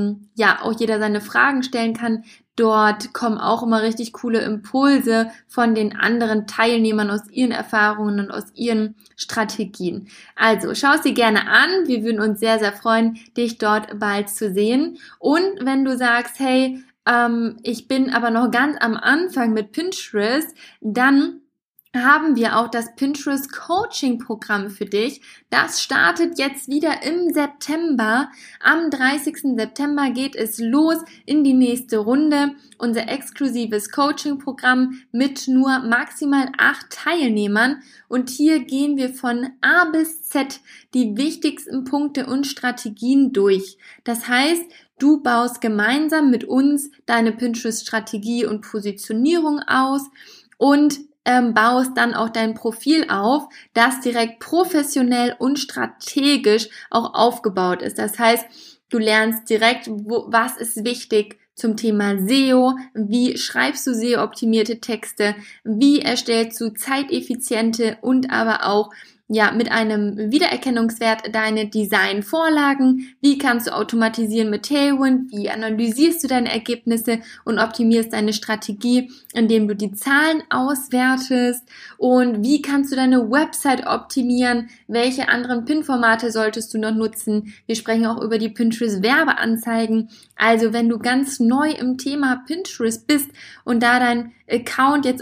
auch jeder seine Fragen stellen kann. Dort kommen auch immer richtig coole Impulse von den anderen Teilnehmern aus ihren Erfahrungen und aus ihren Strategien. Also schau es dir gerne an. Wir würden uns sehr, sehr freuen, dich dort bald zu sehen. Und wenn du sagst, hey, ich bin aber noch ganz am Anfang mit Pinterest, dann haben wir auch das Pinterest Coaching Programm für dich. Das startet jetzt wieder im September. Am 30. September geht es los in die nächste Runde. Unser exklusives Coaching Programm mit nur maximal 8 Teilnehmern. Und hier gehen wir von A bis Z die wichtigsten Punkte und Strategien durch. Das heißt, du baust gemeinsam mit uns deine Pinterest-Strategie und Positionierung aus und baust dann auch dein Profil auf, das direkt professionell und strategisch auch aufgebaut ist. Das heißt, du lernst direkt, was ist wichtig zum Thema SEO, wie schreibst du SEO-optimierte Texte, wie erstellst du zeiteffiziente und aber auch mit einem Wiedererkennungswert deine Designvorlagen, wie kannst du automatisieren mit Tailwind, wie analysierst du deine Ergebnisse und optimierst deine Strategie, indem du die Zahlen auswertest und wie kannst du deine Website optimieren, welche anderen Pin-Formate solltest du noch nutzen. Wir sprechen auch über die Pinterest-Werbeanzeigen. Also wenn du ganz neu im Thema Pinterest bist und da dein Account jetzt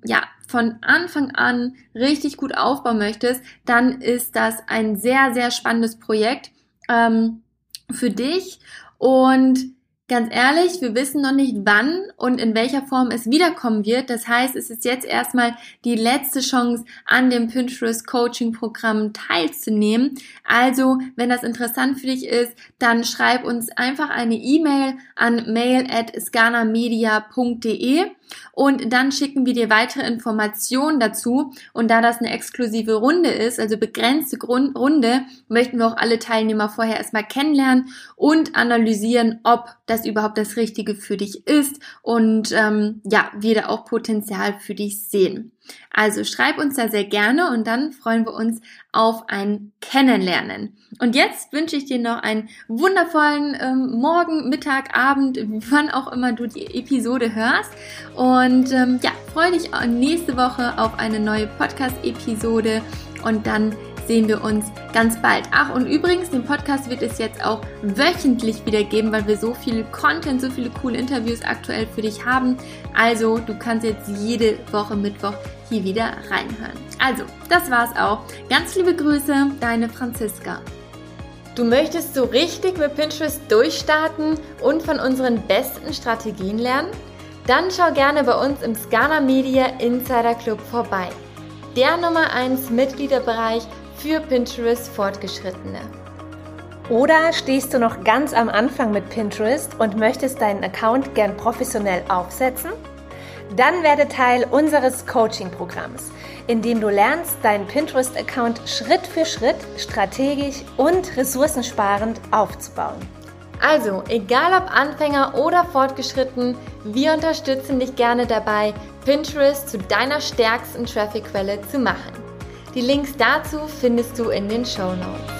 von Anfang an richtig gut aufbauen möchtest, dann ist das ein sehr, sehr spannendes Projekt für dich. Und ganz ehrlich, wir wissen noch nicht, wann und in welcher Form es wiederkommen wird. Das heißt, es ist jetzt erstmal die letzte Chance, an dem Pinterest Coaching Programm teilzunehmen. Also, wenn das interessant für dich ist, dann schreib uns einfach eine E-Mail an mail@scannermedia.de und dann schicken wir dir weitere Informationen dazu. Und da das eine exklusive Runde ist, also begrenzte Runde, möchten wir auch alle Teilnehmer vorher erstmal kennenlernen und analysieren, ob das überhaupt das Richtige für dich ist und wir da auch Potenzial für dich sehen. Also schreib uns da sehr gerne und dann freuen wir uns auf ein Kennenlernen. Und jetzt wünsche ich dir noch einen wundervollen Morgen, Mittag, Abend, wann auch immer du die Episode hörst. Und freue dich nächste Woche auf eine neue Podcast-Episode und dann sehen wir uns ganz bald. Ach, und übrigens, den Podcast wird es jetzt auch wöchentlich wieder geben, weil wir so viel Content, so viele coole Interviews aktuell für dich haben. Also, du kannst jetzt jede Woche Mittwoch hier wieder reinhören. Also, das war's auch. Ganz liebe Grüße, deine Franziska. Du möchtest so richtig mit Pinterest durchstarten und von unseren besten Strategien lernen? Dann schau gerne bei uns im Scanner Media Insider Club vorbei. der Nummer 1 Mitgliederbereich für Pinterest Fortgeschrittene. Oder stehst du noch ganz am Anfang mit Pinterest und möchtest deinen Account gern professionell aufsetzen? Dann werde Teil unseres Coaching-Programms, in dem du lernst, deinen Pinterest-Account Schritt für Schritt strategisch und ressourcensparend aufzubauen. Also, egal ob Anfänger oder fortgeschritten, wir unterstützen dich gerne dabei, Pinterest zu deiner stärksten Traffic-Quelle zu machen. Die Links dazu findest du in den Shownotes.